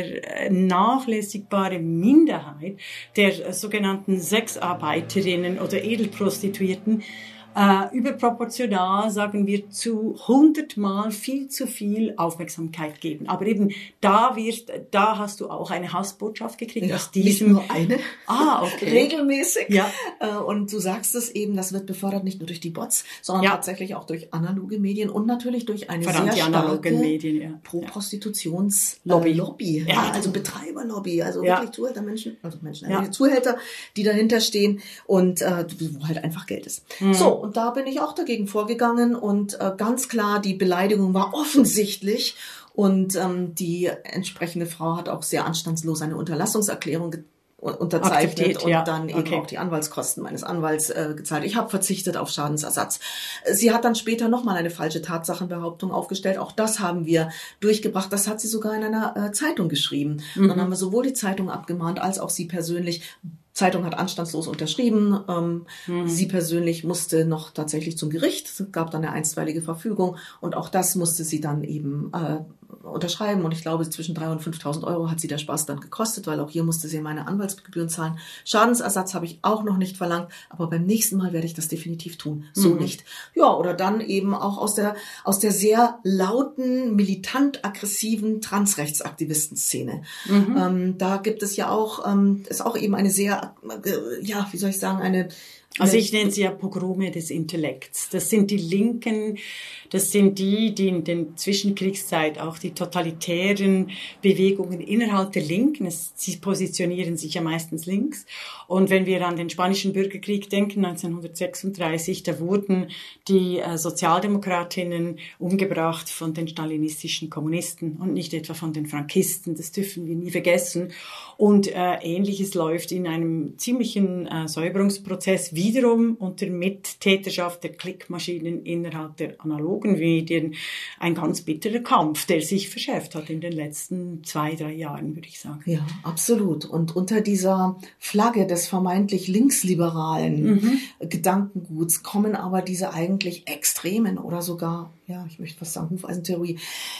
vernachlässigbare Minderheit der sogenannten Sexarbeiterinnen oder Edelprostituierten Äh, überproportional, sagen wir, zu hundertmal viel zu viel Aufmerksamkeit geben. Aber eben da wird, da hast du auch eine Hassbotschaft gekriegt ja, aus diesem. Nicht nur eine. Ah, okay. Regelmäßig. Ja. Äh, und du sagst es eben, das wird befördert nicht nur durch die Bots, sondern ja. tatsächlich auch durch analoge Medien und natürlich durch eine Verdammt, sehr starke Medien, ja. Pro-Prostitutions-Lobby. Äh, Lobby. Ja. ja, also Betreiberlobby, also ja. wirklich Zuhälter, Menschen, also Menschen, ja. Zuhälter, die dahinter stehen und äh, wo halt einfach Geld ist. Mhm. So, und da bin ich auch dagegen vorgegangen und äh, ganz klar, die Beleidigung war offensichtlich und ähm, die entsprechende Frau hat auch sehr anstandslos eine Unterlassungserklärung ge- unterzeichnet Aktivität, und ja. dann eben okay. auch die Anwaltskosten meines Anwalts äh, gezahlt. Ich habe verzichtet auf Schadensersatz. Sie hat dann später nochmal eine falsche Tatsachenbehauptung aufgestellt. Auch das haben wir durchgebracht. Das hat sie sogar in einer äh, Zeitung geschrieben. Mhm. Dann haben wir sowohl die Zeitung abgemahnt als auch sie persönlich. Zeitung hat anstandslos unterschrieben. Ähm, mhm. Sie persönlich musste noch tatsächlich zum Gericht. Es gab dann eine einstweilige Verfügung und auch das musste sie dann eben äh, unterschreiben. Und ich glaube, zwischen dreitausend und fünftausend Euro hat sie der Spaß dann gekostet, weil auch hier musste sie meine Anwaltsgebühren zahlen. Schadensersatz habe ich auch noch nicht verlangt, aber beim nächsten Mal werde ich das definitiv tun. So mhm. nicht. Ja, oder dann eben auch aus der aus der sehr lauten, militant aggressiven Transrechtsaktivisten-Szene. Mhm. Ähm, da gibt es ja auch, ähm, ist auch eben eine sehr ja, wie soll ich sagen, eine... Also ich nenne sie ja Pogrome des Intellekts. Das sind die Linken, das sind die, die in der Zwischenkriegszeit auch die totalitären Bewegungen innerhalb der Linken, es, sie positionieren sich ja meistens links. Und wenn wir an den Spanischen Bürgerkrieg denken, neunzehnhundertsechsunddreißig, da wurden die äh, Sozialdemokratinnen umgebracht von den stalinistischen Kommunisten und nicht etwa von den Frankisten. Das dürfen wir nie vergessen. Und äh, Ähnliches läuft in einem ziemlichen äh, Säuberungsprozess wiederum unter Mittäterschaft der Klickmaschinen innerhalb der analogen Medien. Ein ganz bitterer Kampf, der sich verschärft hat in den letzten zwei, drei Jahren, würde ich sagen. Ja, absolut. Und unter dieser Flagge des vermeintlich linksliberalen mhm. Gedankenguts kommen aber diese eigentlich extremen oder sogar, ja, ich möchte fast sagen, Hufeisentheorie,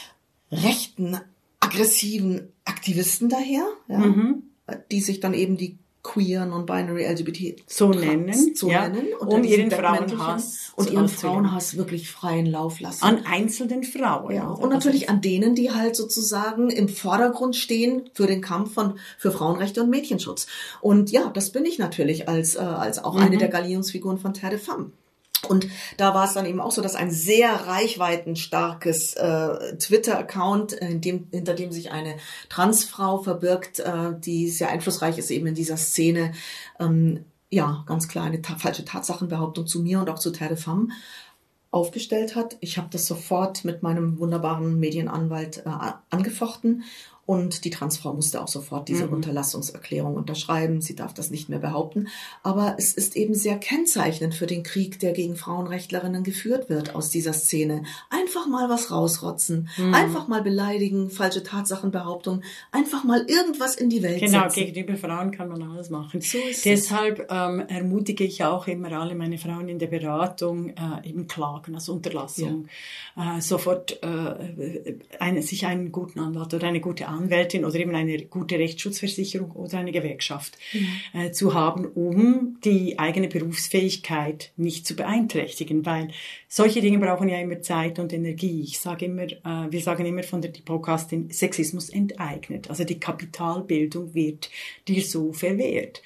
rechten, aggressiven Aktivisten daher, ja, mhm. die sich dann eben die queer, non-binary, L G B T so nennen, so ja, nennen um ihren Frauenhass und ihren Frauenhass wirklich freien Lauf lassen. An einzelnen Frauen. Ja, und natürlich an denen, die halt sozusagen im Vordergrund stehen für den Kampf von, für Frauenrechte und Mädchenschutz. Und ja, das bin ich natürlich als, äh, als auch mhm. eine der Galionsfiguren von Terre de Femme. Und da war es dann eben auch so, dass ein sehr reichweitenstarkes äh, Twitter-Account, in dem, hinter dem sich eine Transfrau verbirgt, äh, die sehr einflussreich ist eben in dieser Szene, ähm, ja, ganz klar eine ta- falsche Tatsachenbehauptung zu mir und auch zu Terre de Femme aufgestellt hat. Ich habe das sofort mit meinem wunderbaren Medienanwalt äh, angefochten. Und die Transfrau musste auch sofort diese mhm. Unterlassungserklärung unterschreiben. Sie darf das nicht mehr behaupten. Aber es ist eben sehr kennzeichnend für den Krieg, der gegen Frauenrechtlerinnen geführt wird aus dieser Szene. Einfach mal was rausrotzen, mhm. einfach mal beleidigen, falsche Tatsachenbehauptungen, einfach mal irgendwas in die Welt genau, setzen. Genau, gegenüber Frauen kann man alles machen. So ist Deshalb ähm, ermutige ich auch immer alle meine Frauen in der Beratung, äh, eben Klagen, also Unterlassung, ja. äh, sofort äh, eine, sich einen guten Anwalt oder eine gute Anwältin oder eben eine gute Rechtsschutzversicherung oder eine Gewerkschaft mhm. äh, zu haben, um die eigene Berufsfähigkeit nicht zu beeinträchtigen, weil solche Dinge brauchen ja immer Zeit und Energie. Ich sage immer, äh, wir sagen immer von der die Podcastin, Sexismus enteignet. Also die Kapitalbildung wird dir so verwehrt,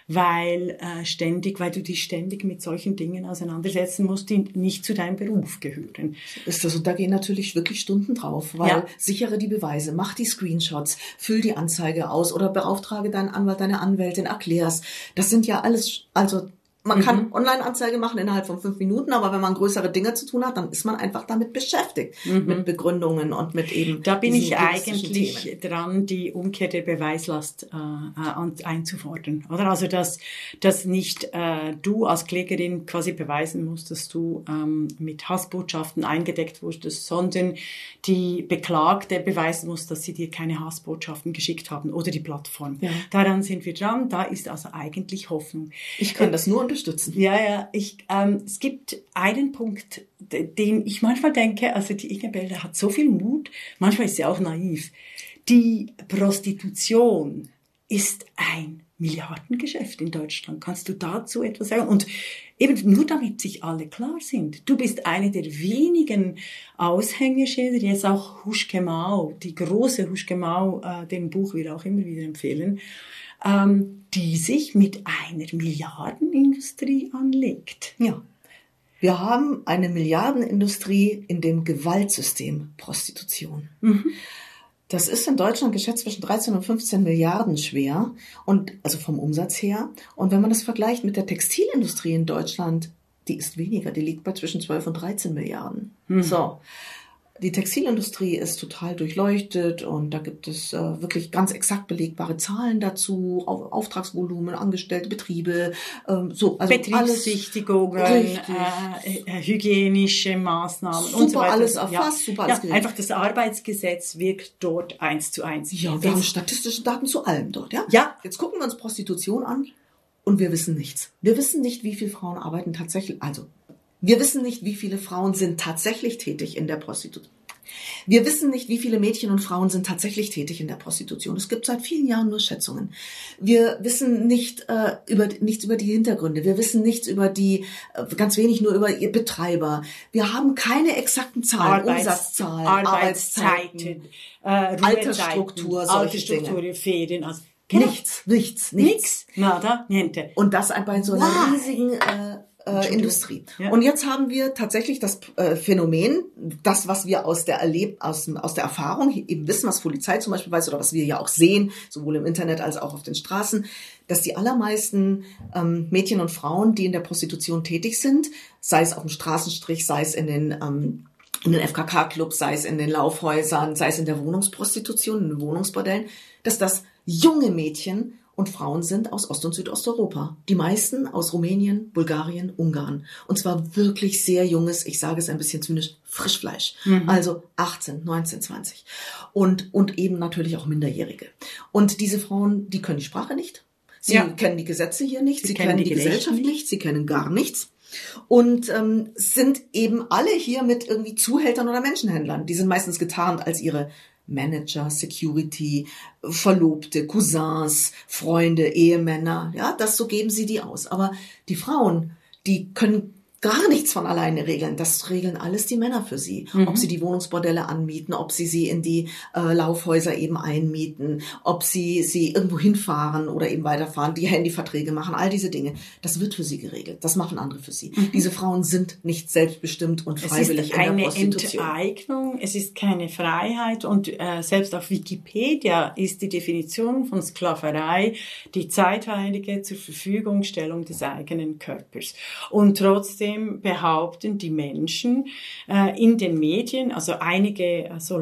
weil äh, ständig, weil du dich ständig mit solchen Dingen auseinandersetzen musst, die nicht zu deinem Beruf gehören. Ist das, und da gehen natürlich wirklich Stunden drauf, weil ja. sichere die Beweise, mach die Screenshots, füll die Anzeige aus oder beauftrage deinen Anwalt, deine Anwältin, erklär's. Das sind ja alles, also man kann mhm. Online-Anzeige machen innerhalb von fünf Minuten, aber wenn man größere Dinge zu tun hat, dann ist man einfach damit beschäftigt, mhm. mit Begründungen und mit eben Da bin ich eigentlich Themen. dran, die Umkehr der Beweislast äh, einzufordern. Oder? Also, dass, dass nicht äh, du als Klägerin quasi beweisen musst, dass du ähm, mit Hassbotschaften eingedeckt wurdest, sondern die Beklagte beweisen muss, dass sie dir keine Hassbotschaften geschickt haben oder die Plattform. Ja. Daran sind wir dran. Da ist also eigentlich Hoffnung. Ich kann äh, das nur unterstützen. Ja, ja. Ich, ähm, es gibt einen Punkt, den ich manchmal denke, also die Inge Bälle hat so viel Mut, manchmal ist sie auch naiv. Die Prostitution ist ein Milliardengeschäft in Deutschland. Kannst du dazu etwas sagen? Und eben nur damit sich alle klar sind. Du bist eine der wenigen Aushängeschilder, die jetzt auch Huschke Mau, die große Huschke Mau, äh, den Buch wir auch immer wieder empfehlen, ähm, die sich mit einer Milliardenindustrie anlegt. Ja. Wir haben eine Milliardenindustrie in dem Gewaltsystem Prostitution. Mhm. Das ist in Deutschland geschätzt zwischen dreizehn und fünfzehn Milliarden schwer, und also vom Umsatz her. Und wenn man das vergleicht mit der Textilindustrie in Deutschland, die ist weniger, die liegt bei zwischen zwölf und dreizehn Milliarden. Mhm. So. Die Textilindustrie ist total durchleuchtet und da gibt es äh, wirklich ganz exakt belegbare Zahlen dazu, Auf, Auftragsvolumen, Angestellte, Betriebe, ähm, so, also Betriebssichtigungen, äh, äh, hygienische Maßnahmen super und so weiter. Alles erfasst, ja, super alles ja, einfach das Arbeitsgesetz wirkt dort eins zu eins. Ja, wir das haben statistische Daten zu allem dort, ja? Ja. Jetzt gucken wir uns Prostitution an und wir wissen nichts. Wir wissen nicht, wie viele Frauen arbeiten tatsächlich, also wir wissen nicht, wie viele Frauen sind tatsächlich tätig in der Prostitution. Wir wissen nicht, wie viele Mädchen und Frauen sind tatsächlich tätig in der Prostitution. Es gibt seit vielen Jahren nur Schätzungen. Wir wissen nicht äh, über nichts über die Hintergründe. Wir wissen nichts über die, äh, ganz wenig nur über ihr Betreiber. Wir haben keine exakten Zahlen, Arbeits, Umsatzzahlen, Arbeitszeiten, Arbeitszeiten, äh, Altersstruktur, solche Altersstruktur, Dinge. Ferien, also Nichts, nichts, nichts, nichts. Nada, niente. Und das bei so einer wow. riesigen äh, Äh, Industrie. Ja. Und jetzt haben wir tatsächlich das äh, Phänomen, das, was wir aus der Erleb aus, aus der Erfahrung eben wissen, was Polizei zum Beispiel weiß oder was wir ja auch sehen, sowohl im Internet als auch auf den Straßen, dass die allermeisten ähm, Mädchen und Frauen, die in der Prostitution tätig sind, sei es auf dem Straßenstrich, sei es in den ähm, in den F K K-Clubs, sei es in den Laufhäusern, sei es in der Wohnungsprostitution, in den Wohnungsbordellen, dass das junge Mädchen und Frauen sind aus Ost- und Südosteuropa. Die meisten aus Rumänien, Bulgarien, Ungarn. Und zwar wirklich sehr junges, ich sage es ein bisschen zynisch, Frischfleisch. Mhm. Also achtzehn, neunzehn, zwanzig. Und, und eben natürlich auch Minderjährige. Und diese Frauen, die können die Sprache nicht. Sie ja. kennen die Gesetze hier nicht. Sie, sie kennen, kennen die, die Gesellschaft nicht. nicht. Sie kennen gar nichts. Und ähm, sind eben alle hier mit irgendwie Zuhältern oder Menschenhändlern. Die sind meistens getarnt als ihre Manager, Security, Verlobte, Cousins, Freunde, Ehemänner, ja, das so geben sie die aus. Aber die Frauen, die können gar nichts von alleine regeln. Das regeln alles die Männer für sie. Mhm. Ob sie die Wohnungsbordelle anmieten, ob sie sie in die äh, Laufhäuser eben einmieten, ob sie sie irgendwo hinfahren oder eben weiterfahren, die Handyverträge machen, all diese Dinge. Das wird für sie geregelt. Das machen andere für sie. Mhm. Diese Frauen sind nicht selbstbestimmt und freiwillig in der Prostitution. Es ist eine Enteignung, es ist keine Freiheit und äh, selbst auf Wikipedia ist die Definition von Sklaverei die zeitweilige zur Verfügungstellung des eigenen Körpers. Und trotzdem behaupten die Menschen äh, in den Medien, also einige äh, so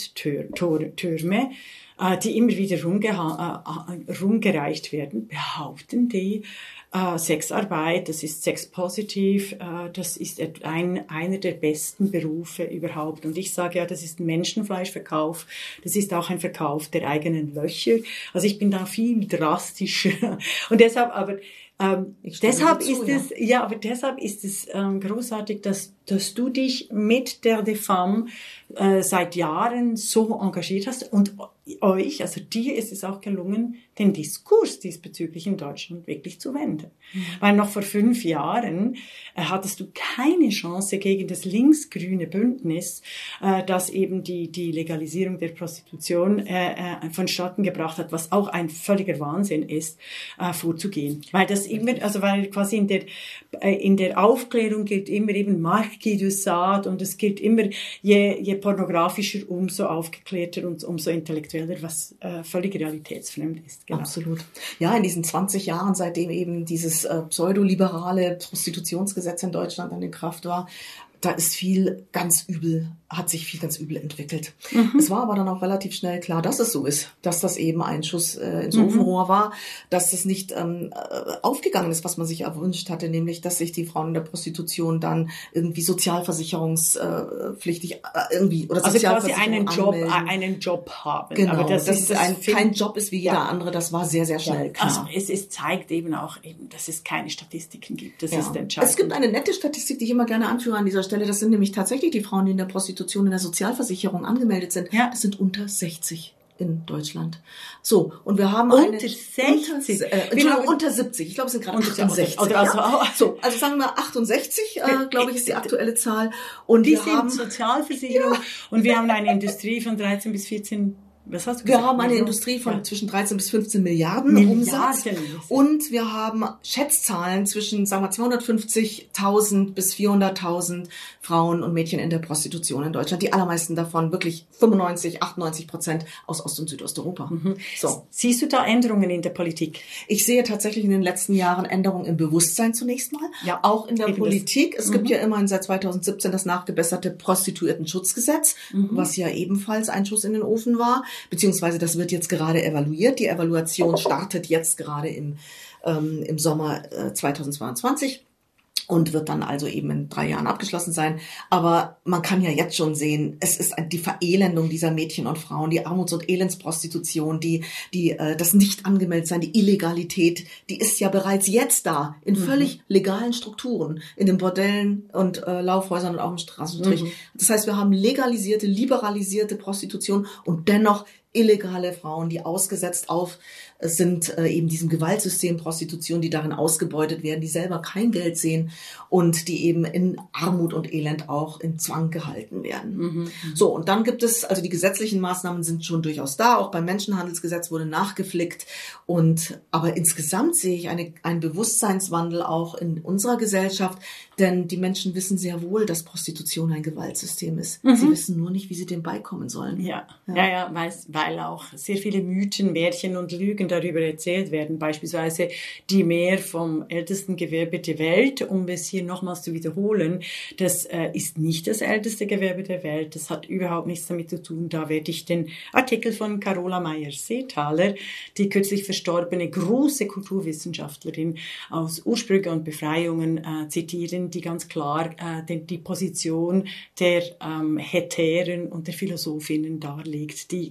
Leuchttürme, äh, die immer wieder rumgeha- äh, rumgereicht werden, behaupten die, äh, Sexarbeit, das ist sexpositiv, äh, das ist ein, einer der besten Berufe überhaupt. Und ich sage ja, das ist ein Menschenfleischverkauf, das ist auch ein Verkauf der eigenen Löcher. Also ich bin da viel drastischer. Und deshalb aber Ähm, deshalb zu, ist ja. es, ja, aber deshalb ist es ähm, großartig, dass, dass du dich mit der D E F A M äh, seit Jahren so engagiert hast und euch, also dir ist es auch gelungen, den Diskurs diesbezüglich in Deutschland wirklich zu wenden. Mhm. Weil noch vor fünf Jahren äh, hattest du keine Chance gegen das linksgrüne Bündnis, äh, das eben die, die Legalisierung der Prostitution äh, äh, vonstatten gebracht hat, was auch ein völliger Wahnsinn ist, äh, vorzugehen. Weil das immer, also weil quasi in der, äh, in der Aufklärung gilt immer eben Marquis de Sade und es gilt immer, je, je pornografischer, umso aufgeklärter und umso intellektueller, was äh, völlig realitätsfremd ist. Genau. Absolut. Ja, in diesen zwanzig Jahren, seitdem eben dieses äh, pseudoliberale Prostitutionsgesetz in Deutschland an in Kraft war, da ist viel ganz übel, hat sich viel ganz übel entwickelt. Mhm. Es war aber dann auch relativ schnell klar, dass es so ist, dass das eben ein Schuss äh, ins mhm. Ofenrohr war, dass es nicht ähm, aufgegangen ist, was man sich erwünscht hatte, nämlich, dass sich die Frauen in der Prostitution dann irgendwie sozialversicherungspflichtig äh, irgendwie oder also Sozialversicherung quasi einen Job, einen Job haben. Genau, aber das dass ist es ein, Film, kein Job ist wie jeder ja. andere, das war sehr, sehr schnell ja. klar. Also es, es zeigt eben auch, eben, dass es keine Statistiken gibt. Das ja. ist entscheidend. Es gibt eine nette Statistik, die ich immer gerne anführe an dieser Stelle. Das sind nämlich tatsächlich die Frauen, die in der Prostitution in der Sozialversicherung angemeldet sind. Ja. Das sind unter sechzig in Deutschland. So, und wir haben unter eine... sechzig? Unter, äh, Entschuldigung, unter siebzig. Ich glaube, es sind gerade achtundsechzig. Oder also, ja. So, also sagen wir achtundsechzig, äh, glaube ich, ist die aktuelle Zahl. Und die wir sind haben Sozialversicherung ja. und wir haben eine Industrie von dreizehn bis vierzehn. Was hast du wir gesagt? haben eine Million? Industrie von ja. zwischen dreizehn bis fünfzehn Milliarden, Milliarden Umsatz. Und wir haben Schätzzahlen zwischen, sagen wir, zweihundertfünfzigtausend bis vierhunderttausend Frauen und Mädchen in der Prostitution in Deutschland. Die allermeisten davon, wirklich fünfundneunzig, achtundneunzig Prozent aus Ost- und Südosteuropa. Mhm. So. Siehst du da Änderungen in der Politik? Ich sehe tatsächlich in den letzten Jahren Änderungen im Bewusstsein zunächst mal. Ja. Auch in der Eben Politik. das. Es mhm. gibt ja immerhin seit zweitausendsiebzehn das nachgebesserte Prostituiertenschutzgesetz, mhm. was ja ebenfalls ein Schuss in den Ofen war. Beziehungsweise das wird jetzt gerade evaluiert. Die Evaluation startet jetzt gerade im, ähm, im Sommer äh, zweitausendzweiundzwanzig und wird dann also eben in drei Jahren abgeschlossen sein. Aber man kann ja jetzt schon sehen, es ist die Verelendung dieser Mädchen und Frauen, die Armuts- und Elendsprostitution, die, die äh, das Nicht-Angemeldet-Sein, die Illegalität, die ist ja bereits jetzt da, in mhm. völlig legalen Strukturen, in den Bordellen und äh, Laufhäusern und auch im Straßenstrich. Mhm. Das heißt, wir haben legalisierte, liberalisierte Prostitution und dennoch illegale Frauen, die ausgesetzt auf sind äh, eben diesem Gewaltsystem Prostitution, die darin ausgebeutet werden, die selber kein Geld sehen und die eben in Armut und Elend auch in Zwang gehalten werden. Mhm. So, und dann gibt es, also die gesetzlichen Maßnahmen sind schon durchaus da, auch beim Menschenhandelsgesetz wurde nachgeflickt und aber insgesamt sehe ich eine, einen Bewusstseinswandel auch in unserer Gesellschaft, denn die Menschen wissen sehr wohl, dass Prostitution ein Gewaltsystem ist. Mhm. Sie wissen nur nicht, wie sie dem beikommen sollen. Ja, ja, ja, ja weil, weil auch sehr viele Mythen, Märchen und Lügen darüber erzählt werden. Beispielsweise die Mehr vom ältesten Gewerbe der Welt, um es hier nochmals zu wiederholen. Das äh, ist nicht das älteste Gewerbe der Welt. Das hat überhaupt nichts damit zu tun. Da werde ich den Artikel von Carola Meyer-Seethaler, die kürzlich verstorbene große Kulturwissenschaftlerin aus Ursprünge und Befreiungen, äh, zitieren, die ganz klar äh, die, die Position der ähm, Hetären und der Philosophinnen darlegt, die alles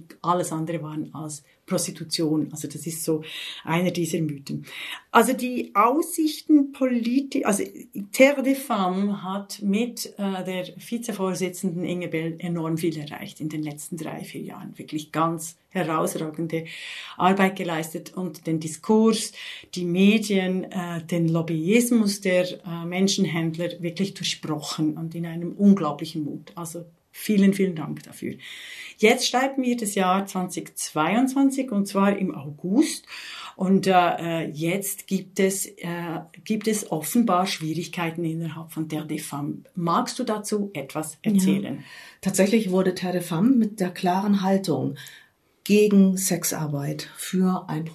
alles andere waren als Prostitution. Also das ist so einer dieser Mythen. Also die Aussichten politisch, also Terre des Femmes hat mit äh, der Vizevorsitzenden Inge Bell enorm viel erreicht in den letzten drei, vier Jahren. Wirklich ganz herausragende Arbeit geleistet und den Diskurs, die Medien, äh, den Lobbyismus der äh, Menschenhändler wirklich durchbrochen und in einem unglaublichen Mut. Also vielen, vielen Dank dafür. Jetzt schreiben wir das Jahr zweitausendzweiundzwanzig und zwar im August. Und äh, jetzt gibt es, äh, gibt es offenbar Schwierigkeiten innerhalb von Terre des Femmes. Magst du dazu etwas erzählen? Ja. Tatsächlich wurde Terre des Femmes mit der klaren Haltung gegen Sexarbeit für ein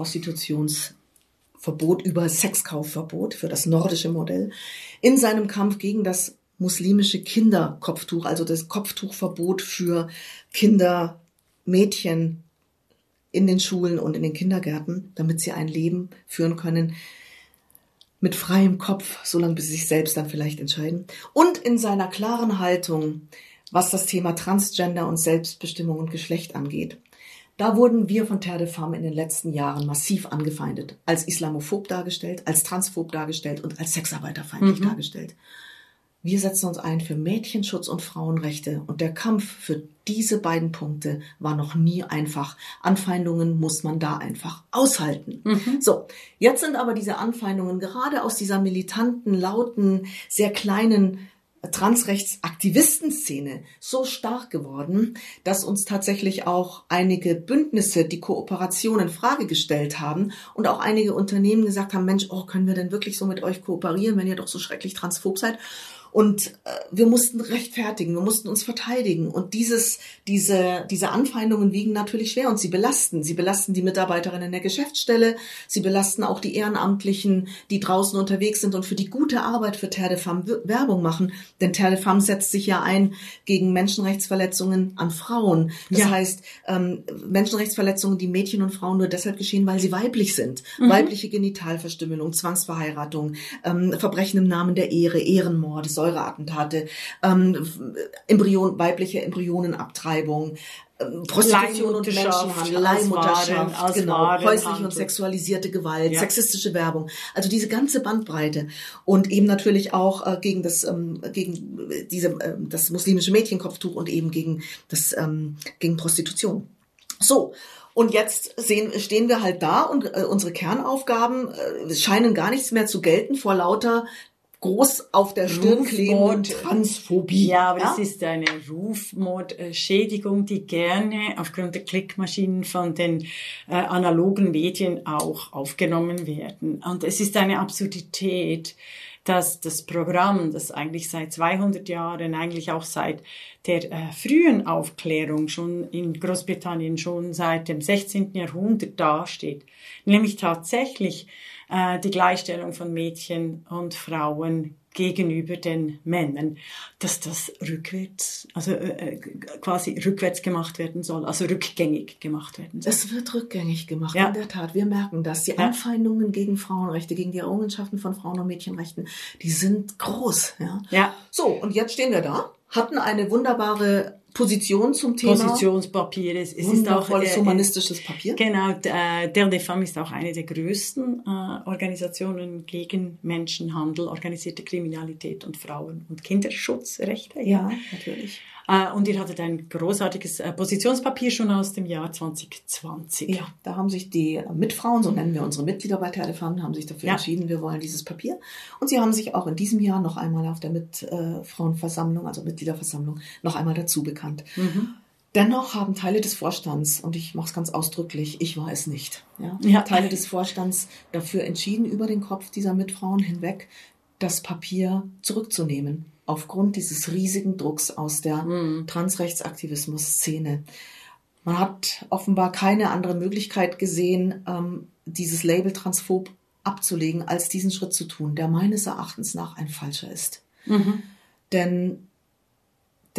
Prostitutionsverbot, über Sexkaufverbot, für das nordische Modell, in seinem Kampf gegen das muslimische Kinderkopftuch, also das Kopftuchverbot für Kinder, Mädchen in den Schulen und in den Kindergärten, damit sie ein Leben führen können mit freiem Kopf, solange bis sie sich selbst dann vielleicht entscheiden. Und in seiner klaren Haltung, was das Thema Transgender und Selbstbestimmung und Geschlecht angeht. Da wurden wir von Terre des Femmes in den letzten Jahren massiv angefeindet, als islamophob dargestellt, als transphob dargestellt und als sexarbeiterfeindlich mhm. dargestellt. Wir setzen uns ein für Mädchenschutz und Frauenrechte und der Kampf für diese beiden Punkte war noch nie einfach. Anfeindungen muss man da einfach aushalten. Mhm. So, jetzt sind aber diese Anfeindungen gerade aus dieser militanten, lauten, sehr kleinen Transrechtsaktivistenszene so stark geworden, dass uns tatsächlich auch einige Bündnisse die Kooperation in Frage gestellt haben und auch einige Unternehmen gesagt haben, Mensch, oh, können wir denn wirklich so mit euch kooperieren, wenn ihr doch so schrecklich transphob seid? Und äh, wir mussten rechtfertigen, wir mussten uns verteidigen. Und dieses, diese, diese Anfeindungen wiegen natürlich schwer und sie belasten. Sie belasten die Mitarbeiterinnen in der Geschäftsstelle, sie belasten auch die Ehrenamtlichen, die draußen unterwegs sind und für die gute Arbeit für Terre des Femmes Werbung machen. Denn Terre des Femmes setzt sich ja ein gegen Menschenrechtsverletzungen an Frauen. Das ja. heißt, ähm, Menschenrechtsverletzungen, die Mädchen und Frauen nur deshalb geschehen, weil sie weiblich sind. Mhm. Weibliche Genitalverstümmelung, Zwangsverheiratung, ähm, Verbrechen im Namen der Ehre, Ehrenmord, Säureattentate, ähm, Embryon, weibliche Embryonenabtreibung, ähm, Prostitution und Menschenhandel, Leihmutterschaft, als genau, Waren, häusliche Handel. Und sexualisierte Gewalt, ja. sexistische Werbung, also diese ganze Bandbreite und eben natürlich auch äh, gegen das ähm, gegen diese äh, das muslimische Mädchenkopftuch und eben gegen das ähm, gegen Prostitution. So. Und jetzt sehen, stehen wir halt da und äh, unsere Kernaufgaben äh, scheinen gar nichts mehr zu gelten vor lauter groß auf der Stirn kleben Transphobie. Ja, aber ja? das ist eine Rufmordschädigung, die gerne aufgrund der Klickmaschinen von den äh, analogen Medien auch aufgenommen werden. Und es ist eine Absurdität, dass das Programm, das eigentlich seit zweihundert Jahren, eigentlich auch seit der äh, frühen Aufklärung schon in Großbritannien, schon seit dem sechzehnten Jahrhundert dasteht, nämlich tatsächlich die Gleichstellung von Mädchen und Frauen gegenüber den Männern, dass das rückwärts, also äh, quasi rückwärts gemacht werden soll, also rückgängig gemacht werden soll. Es wird rückgängig gemacht, ja. in der Tat. Wir merken das. Die ja. Anfeindungen gegen Frauenrechte, gegen die Errungenschaften von Frauen- und Mädchenrechten, die sind groß. Ja. ja. So, und jetzt stehen wir da, hatten eine wunderbare Position zum Thema. Positionspapier. Es, es ist auch äh, humanistisches Papier. Genau. Äh, Terre des Femmes ist auch eine der größten äh, Organisationen gegen Menschenhandel, organisierte Kriminalität und Frauen- und Kinderschutzrechte. Ja, natürlich. Äh, und ihr hattet ein großartiges äh, Positionspapier schon aus dem Jahr zwanzig zwanzig. Ja, da haben sich die Mitfrauen, so nennen wir unsere Mitglieder bei Terre des Femmes, haben sich dafür ja. entschieden, wir wollen dieses Papier. Und sie haben sich auch in diesem Jahr noch einmal auf der Mitfrauenversammlung, also Mitgliederversammlung, noch einmal dazu bekannt. Mhm. Dennoch haben Teile des Vorstands, und ich mache es ganz ausdrücklich, ich war es nicht, ja, ja. Teile des Vorstands dafür entschieden, über den Kopf dieser Mitfrauen hinweg das Papier zurückzunehmen, aufgrund dieses riesigen Drucks aus der mhm. Transrechtsaktivismus-Szene. Man hat offenbar keine andere Möglichkeit gesehen, ähm, dieses Label transphob abzulegen, als diesen Schritt zu tun, der meines Erachtens nach ein falscher ist. Mhm. Denn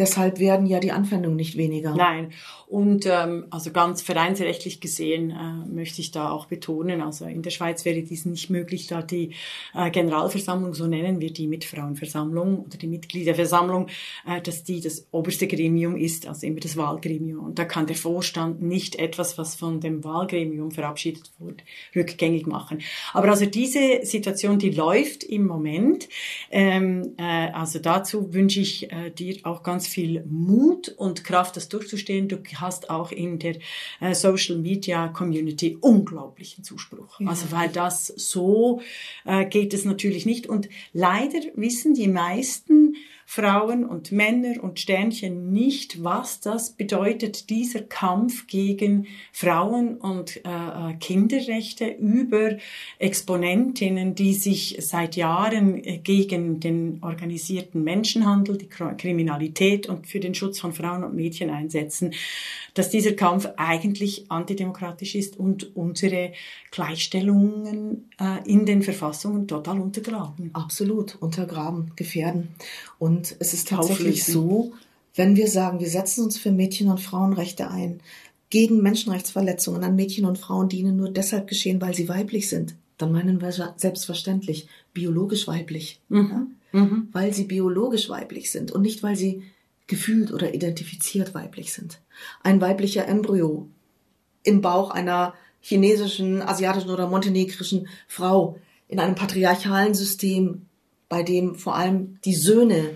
Deshalb werden ja die Anwendungen nicht weniger. Nein. Und ähm, also ganz vereinsrechtlich gesehen äh, möchte ich da auch betonen, also in der Schweiz wäre dies nicht möglich, da die äh, Generalversammlung, so nennen wir die Mitfrauenversammlung oder die Mitgliederversammlung, äh, dass die das oberste Gremium ist, also immer das Wahlgremium. Und da kann der Vorstand nicht etwas, was von dem Wahlgremium verabschiedet wurde, rückgängig machen. Aber also diese Situation, die läuft im Moment. Ähm, äh, also dazu wünsche ich äh, dir auch ganz viel Mut und Kraft, das durchzustehen. Du hast auch in der äh, Social Media Community unglaublichen Zuspruch. Ja. Also weil das so äh, geht es natürlich nicht. Und leider wissen die meisten Frauen und Männer und Sternchen nicht, was das bedeutet, dieser Kampf gegen Frauen- und äh, Kinderrechte über Exponentinnen, die sich seit Jahren gegen den organisierten Menschenhandel, die Kriminalität und für den Schutz von Frauen und Mädchen einsetzen, dass dieser Kampf eigentlich antidemokratisch ist und unsere Gleichstellungen äh, in den Verfassungen total untergraben. Absolut, untergraben, gefährden. Und es ist tatsächlich so, wenn wir sagen, wir setzen uns für Mädchen- und Frauenrechte ein, gegen Menschenrechtsverletzungen an Mädchen und Frauen, die ihnen nur deshalb geschehen, weil sie weiblich sind, dann meinen wir selbstverständlich biologisch weiblich. Mhm. Ja? Mhm. Weil sie biologisch weiblich sind und nicht, weil sie gefühlt oder identifiziert weiblich sind. Ein weiblicher Embryo im Bauch einer chinesischen, asiatischen oder montenegrischen Frau in einem patriarchalen System, bei dem vor allem die Söhne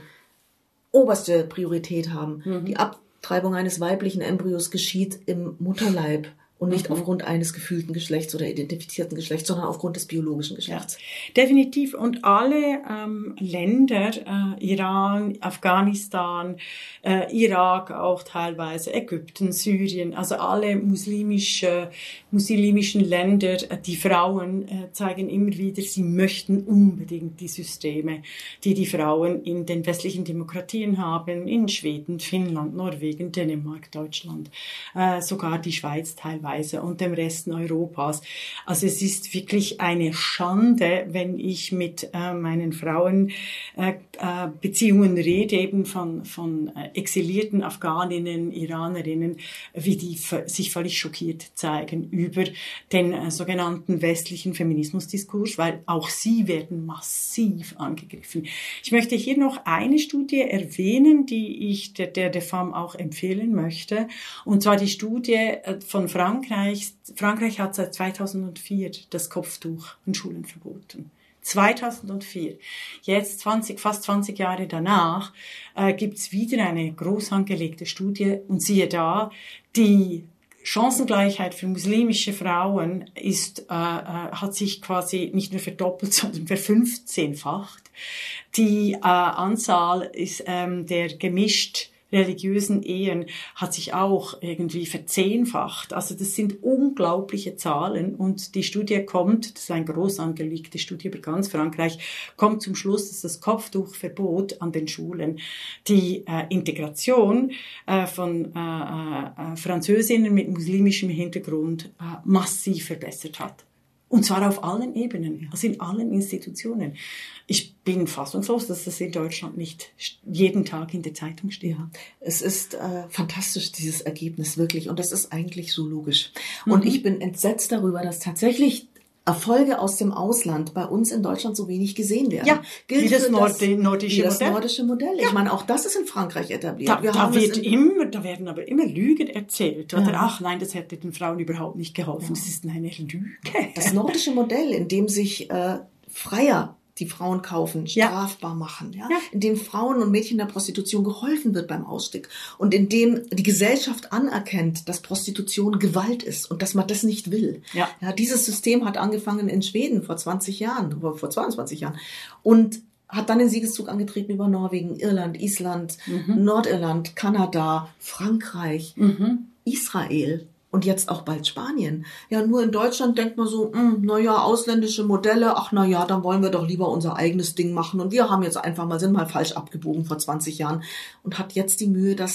oberste Priorität haben. Mhm. Die Abtreibung eines weiblichen Embryos geschieht im Mutterleib und nicht mhm. aufgrund eines gefühlten Geschlechts oder identifizierten Geschlechts, sondern aufgrund des biologischen Geschlechts. Ja, definitiv. Und alle ähm, Länder, äh, Iran, Afghanistan, äh, Irak auch teilweise, Ägypten, Syrien, also alle muslimische, muslimischen Länder, äh, die Frauen äh, zeigen immer wieder, sie möchten unbedingt die Systeme, die die Frauen in den westlichen Demokratien haben, in Schweden, Finnland, Norwegen, Dänemark, Deutschland, äh, sogar die Schweiz teilweise und dem Resten Europas. Also es ist wirklich eine Schande, wenn ich mit äh, meinen Frauen äh, äh, Beziehungen rede, eben von, von äh, exilierten Afghaninnen, Iranerinnen, wie die sich völlig schockiert zeigen über den äh, sogenannten westlichen Feminismusdiskurs, weil auch sie werden massiv angegriffen. Ich möchte hier noch eine Studie erwähnen, die ich der, der, der F A M auch empfehlen möchte, und zwar die Studie äh, von Frankreich. Frankreich hat seit zweitausendvier das Kopftuch in Schulen verboten. zweitausendvier. Jetzt, zwanzig, fast zwanzig Jahre danach, äh, gibt's wieder eine groß angelegte Studie. Und siehe da, die Chancengleichheit für muslimische Frauen ist, äh, äh, hat sich quasi nicht nur verdoppelt, sondern verfünfzehnfacht. Die äh, Anzahl ist ähm, der gemischt religiösen Ehen hat sich auch irgendwie verzehnfacht. Also das sind unglaubliche Zahlen und die Studie kommt, das ist eine groß angelegte Studie über ganz Frankreich, kommt zum Schluss, dass das Kopftuchverbot an den Schulen die äh, Integration äh, von äh, äh, Französinnen mit muslimischem Hintergrund äh, massiv verbessert hat. Und zwar auf allen Ebenen, also in allen Institutionen. Ich bin fassungslos, dass das in Deutschland nicht jeden Tag in der Zeitung steht. Ja, es ist äh, fantastisch, dieses Ergebnis, wirklich. Und das ist eigentlich so logisch. Und mhm. ich bin entsetzt darüber, dass tatsächlich Erfolge aus dem Ausland bei uns in Deutschland so wenig gesehen werden. Ja, Gilt wie das, das nordische, nordische wie das Modell. nordische Modell. Ja. Ich meine, auch das ist in Frankreich etabliert. Da, Wir da, haben wird in, immer, da werden aber immer Lügen erzählt. Oder, ja. ach nein, das hätte den Frauen überhaupt nicht geholfen. Ja. Das ist eine Lüge. Das nordische Modell, in dem sich äh, Freier die Frauen kaufen, strafbar ja. machen, ja? ja, in dem Frauen und Mädchen der Prostitution geholfen wird beim Ausstieg und in dem die Gesellschaft anerkennt, dass Prostitution Gewalt ist und dass man das nicht will. Ja. Ja, dieses System hat angefangen in Schweden vor zwanzig Jahren, vor zweiundzwanzig Jahren und hat dann den Siegeszug angetreten über Norwegen, Irland, Island, mhm. Nordirland, Kanada, Frankreich, mhm. Israel. Und jetzt auch bald Spanien. Ja, nur in Deutschland denkt man so, naja, ausländische Modelle, ach na ja, dann wollen wir doch lieber unser eigenes Ding machen. Und wir haben jetzt einfach mal, sind mal falsch abgebogen vor zwanzig Jahren und hat jetzt die Mühe, das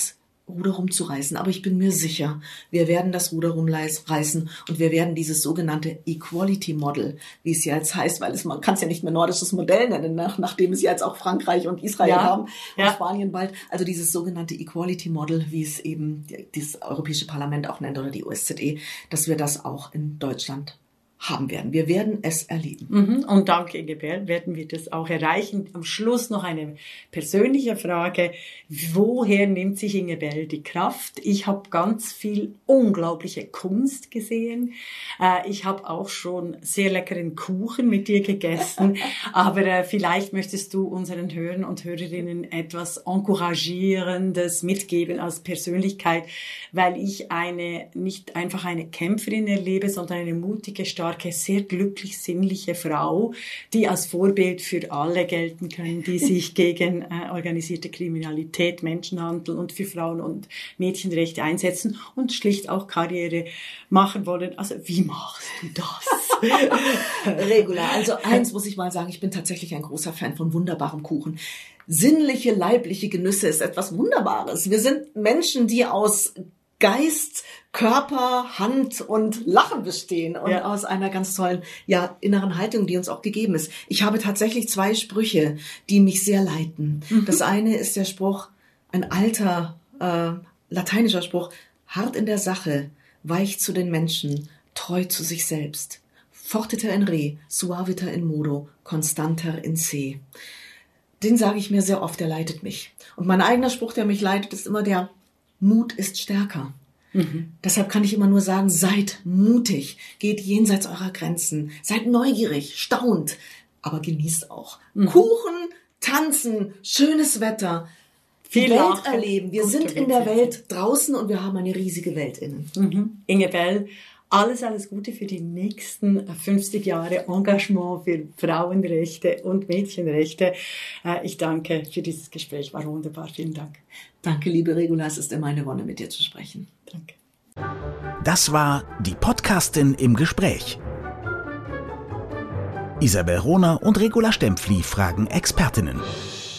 Ruder rumzureißen. Aber ich bin mir sicher, wir werden das Ruder rumreißen und wir werden dieses sogenannte Equality Model, wie es ja jetzt heißt, weil es, man kann es ja nicht mehr nordisches Modell nennen, nach, nachdem es jetzt auch Frankreich und Israel ja, haben und ja. Spanien bald. Also dieses sogenannte Equality Model, wie es eben das Europäische Parlament auch nennt oder die O S Z E, dass wir das auch in Deutschland haben werden. Wir werden es erleben. Mhm. Und dank Inge Bell werden wir das auch erreichen. Am Schluss noch eine persönliche Frage. Woher nimmt sich Inge Bell die Kraft? Ich habe ganz viel unglaubliche Kunst gesehen. Äh, ich habe auch schon sehr leckeren Kuchen mit dir gegessen. Aber äh, vielleicht möchtest du unseren Hörern und Hörerinnen etwas Encouragierendes mitgeben als Persönlichkeit, weil ich eine nicht einfach eine Kämpferin erlebe, sondern eine mutige, starke, sehr glücklich sinnliche Frau, die als Vorbild für alle gelten können, die sich gegen äh, organisierte Kriminalität, Menschenhandel und für Frauen- und Mädchenrechte einsetzen und schlicht auch Karriere machen wollen. Also wie machst du das? Regula, also eins muss ich mal sagen, ich bin tatsächlich ein großer Fan von wunderbarem Kuchen. Sinnliche, leibliche Genüsse ist etwas Wunderbares. Wir sind Menschen, die aus Geist, Körper, Hand und Lachen bestehen und ja. aus einer ganz tollen, ja, inneren Haltung, die uns auch gegeben ist. Ich habe tatsächlich zwei Sprüche, die mich sehr leiten. Mhm. Das eine ist der Spruch, ein alter äh, lateinischer Spruch, hart in der Sache, weich zu den Menschen, treu zu sich selbst. Fortiter in re, suaviter in modo, constanter in se. Den sage ich mir sehr oft, der leitet mich. Und mein eigener Spruch, der mich leitet, ist immer der, Mut ist stärker. Mhm. Deshalb kann ich immer nur sagen, seid mutig, geht jenseits eurer Grenzen, seid neugierig, staunt, aber genießt auch. Mhm. Kuchen, tanzen, schönes Wetter, viel Welt Lachen, erleben. Wir sind in der Welt draußen und wir haben eine riesige Welt innen. Mhm. Inge Bell, alles, alles Gute für die nächsten fünfzig Jahre Engagement für Frauenrechte und Mädchenrechte. Ich danke für dieses Gespräch, war wunderbar. Vielen Dank. Danke, liebe Regula, es ist immer eine Wonne, mit dir zu sprechen. Danke. Das war die Podcastin im Gespräch. Isabel Rohner und Regula Stempfli fragen Expertinnen.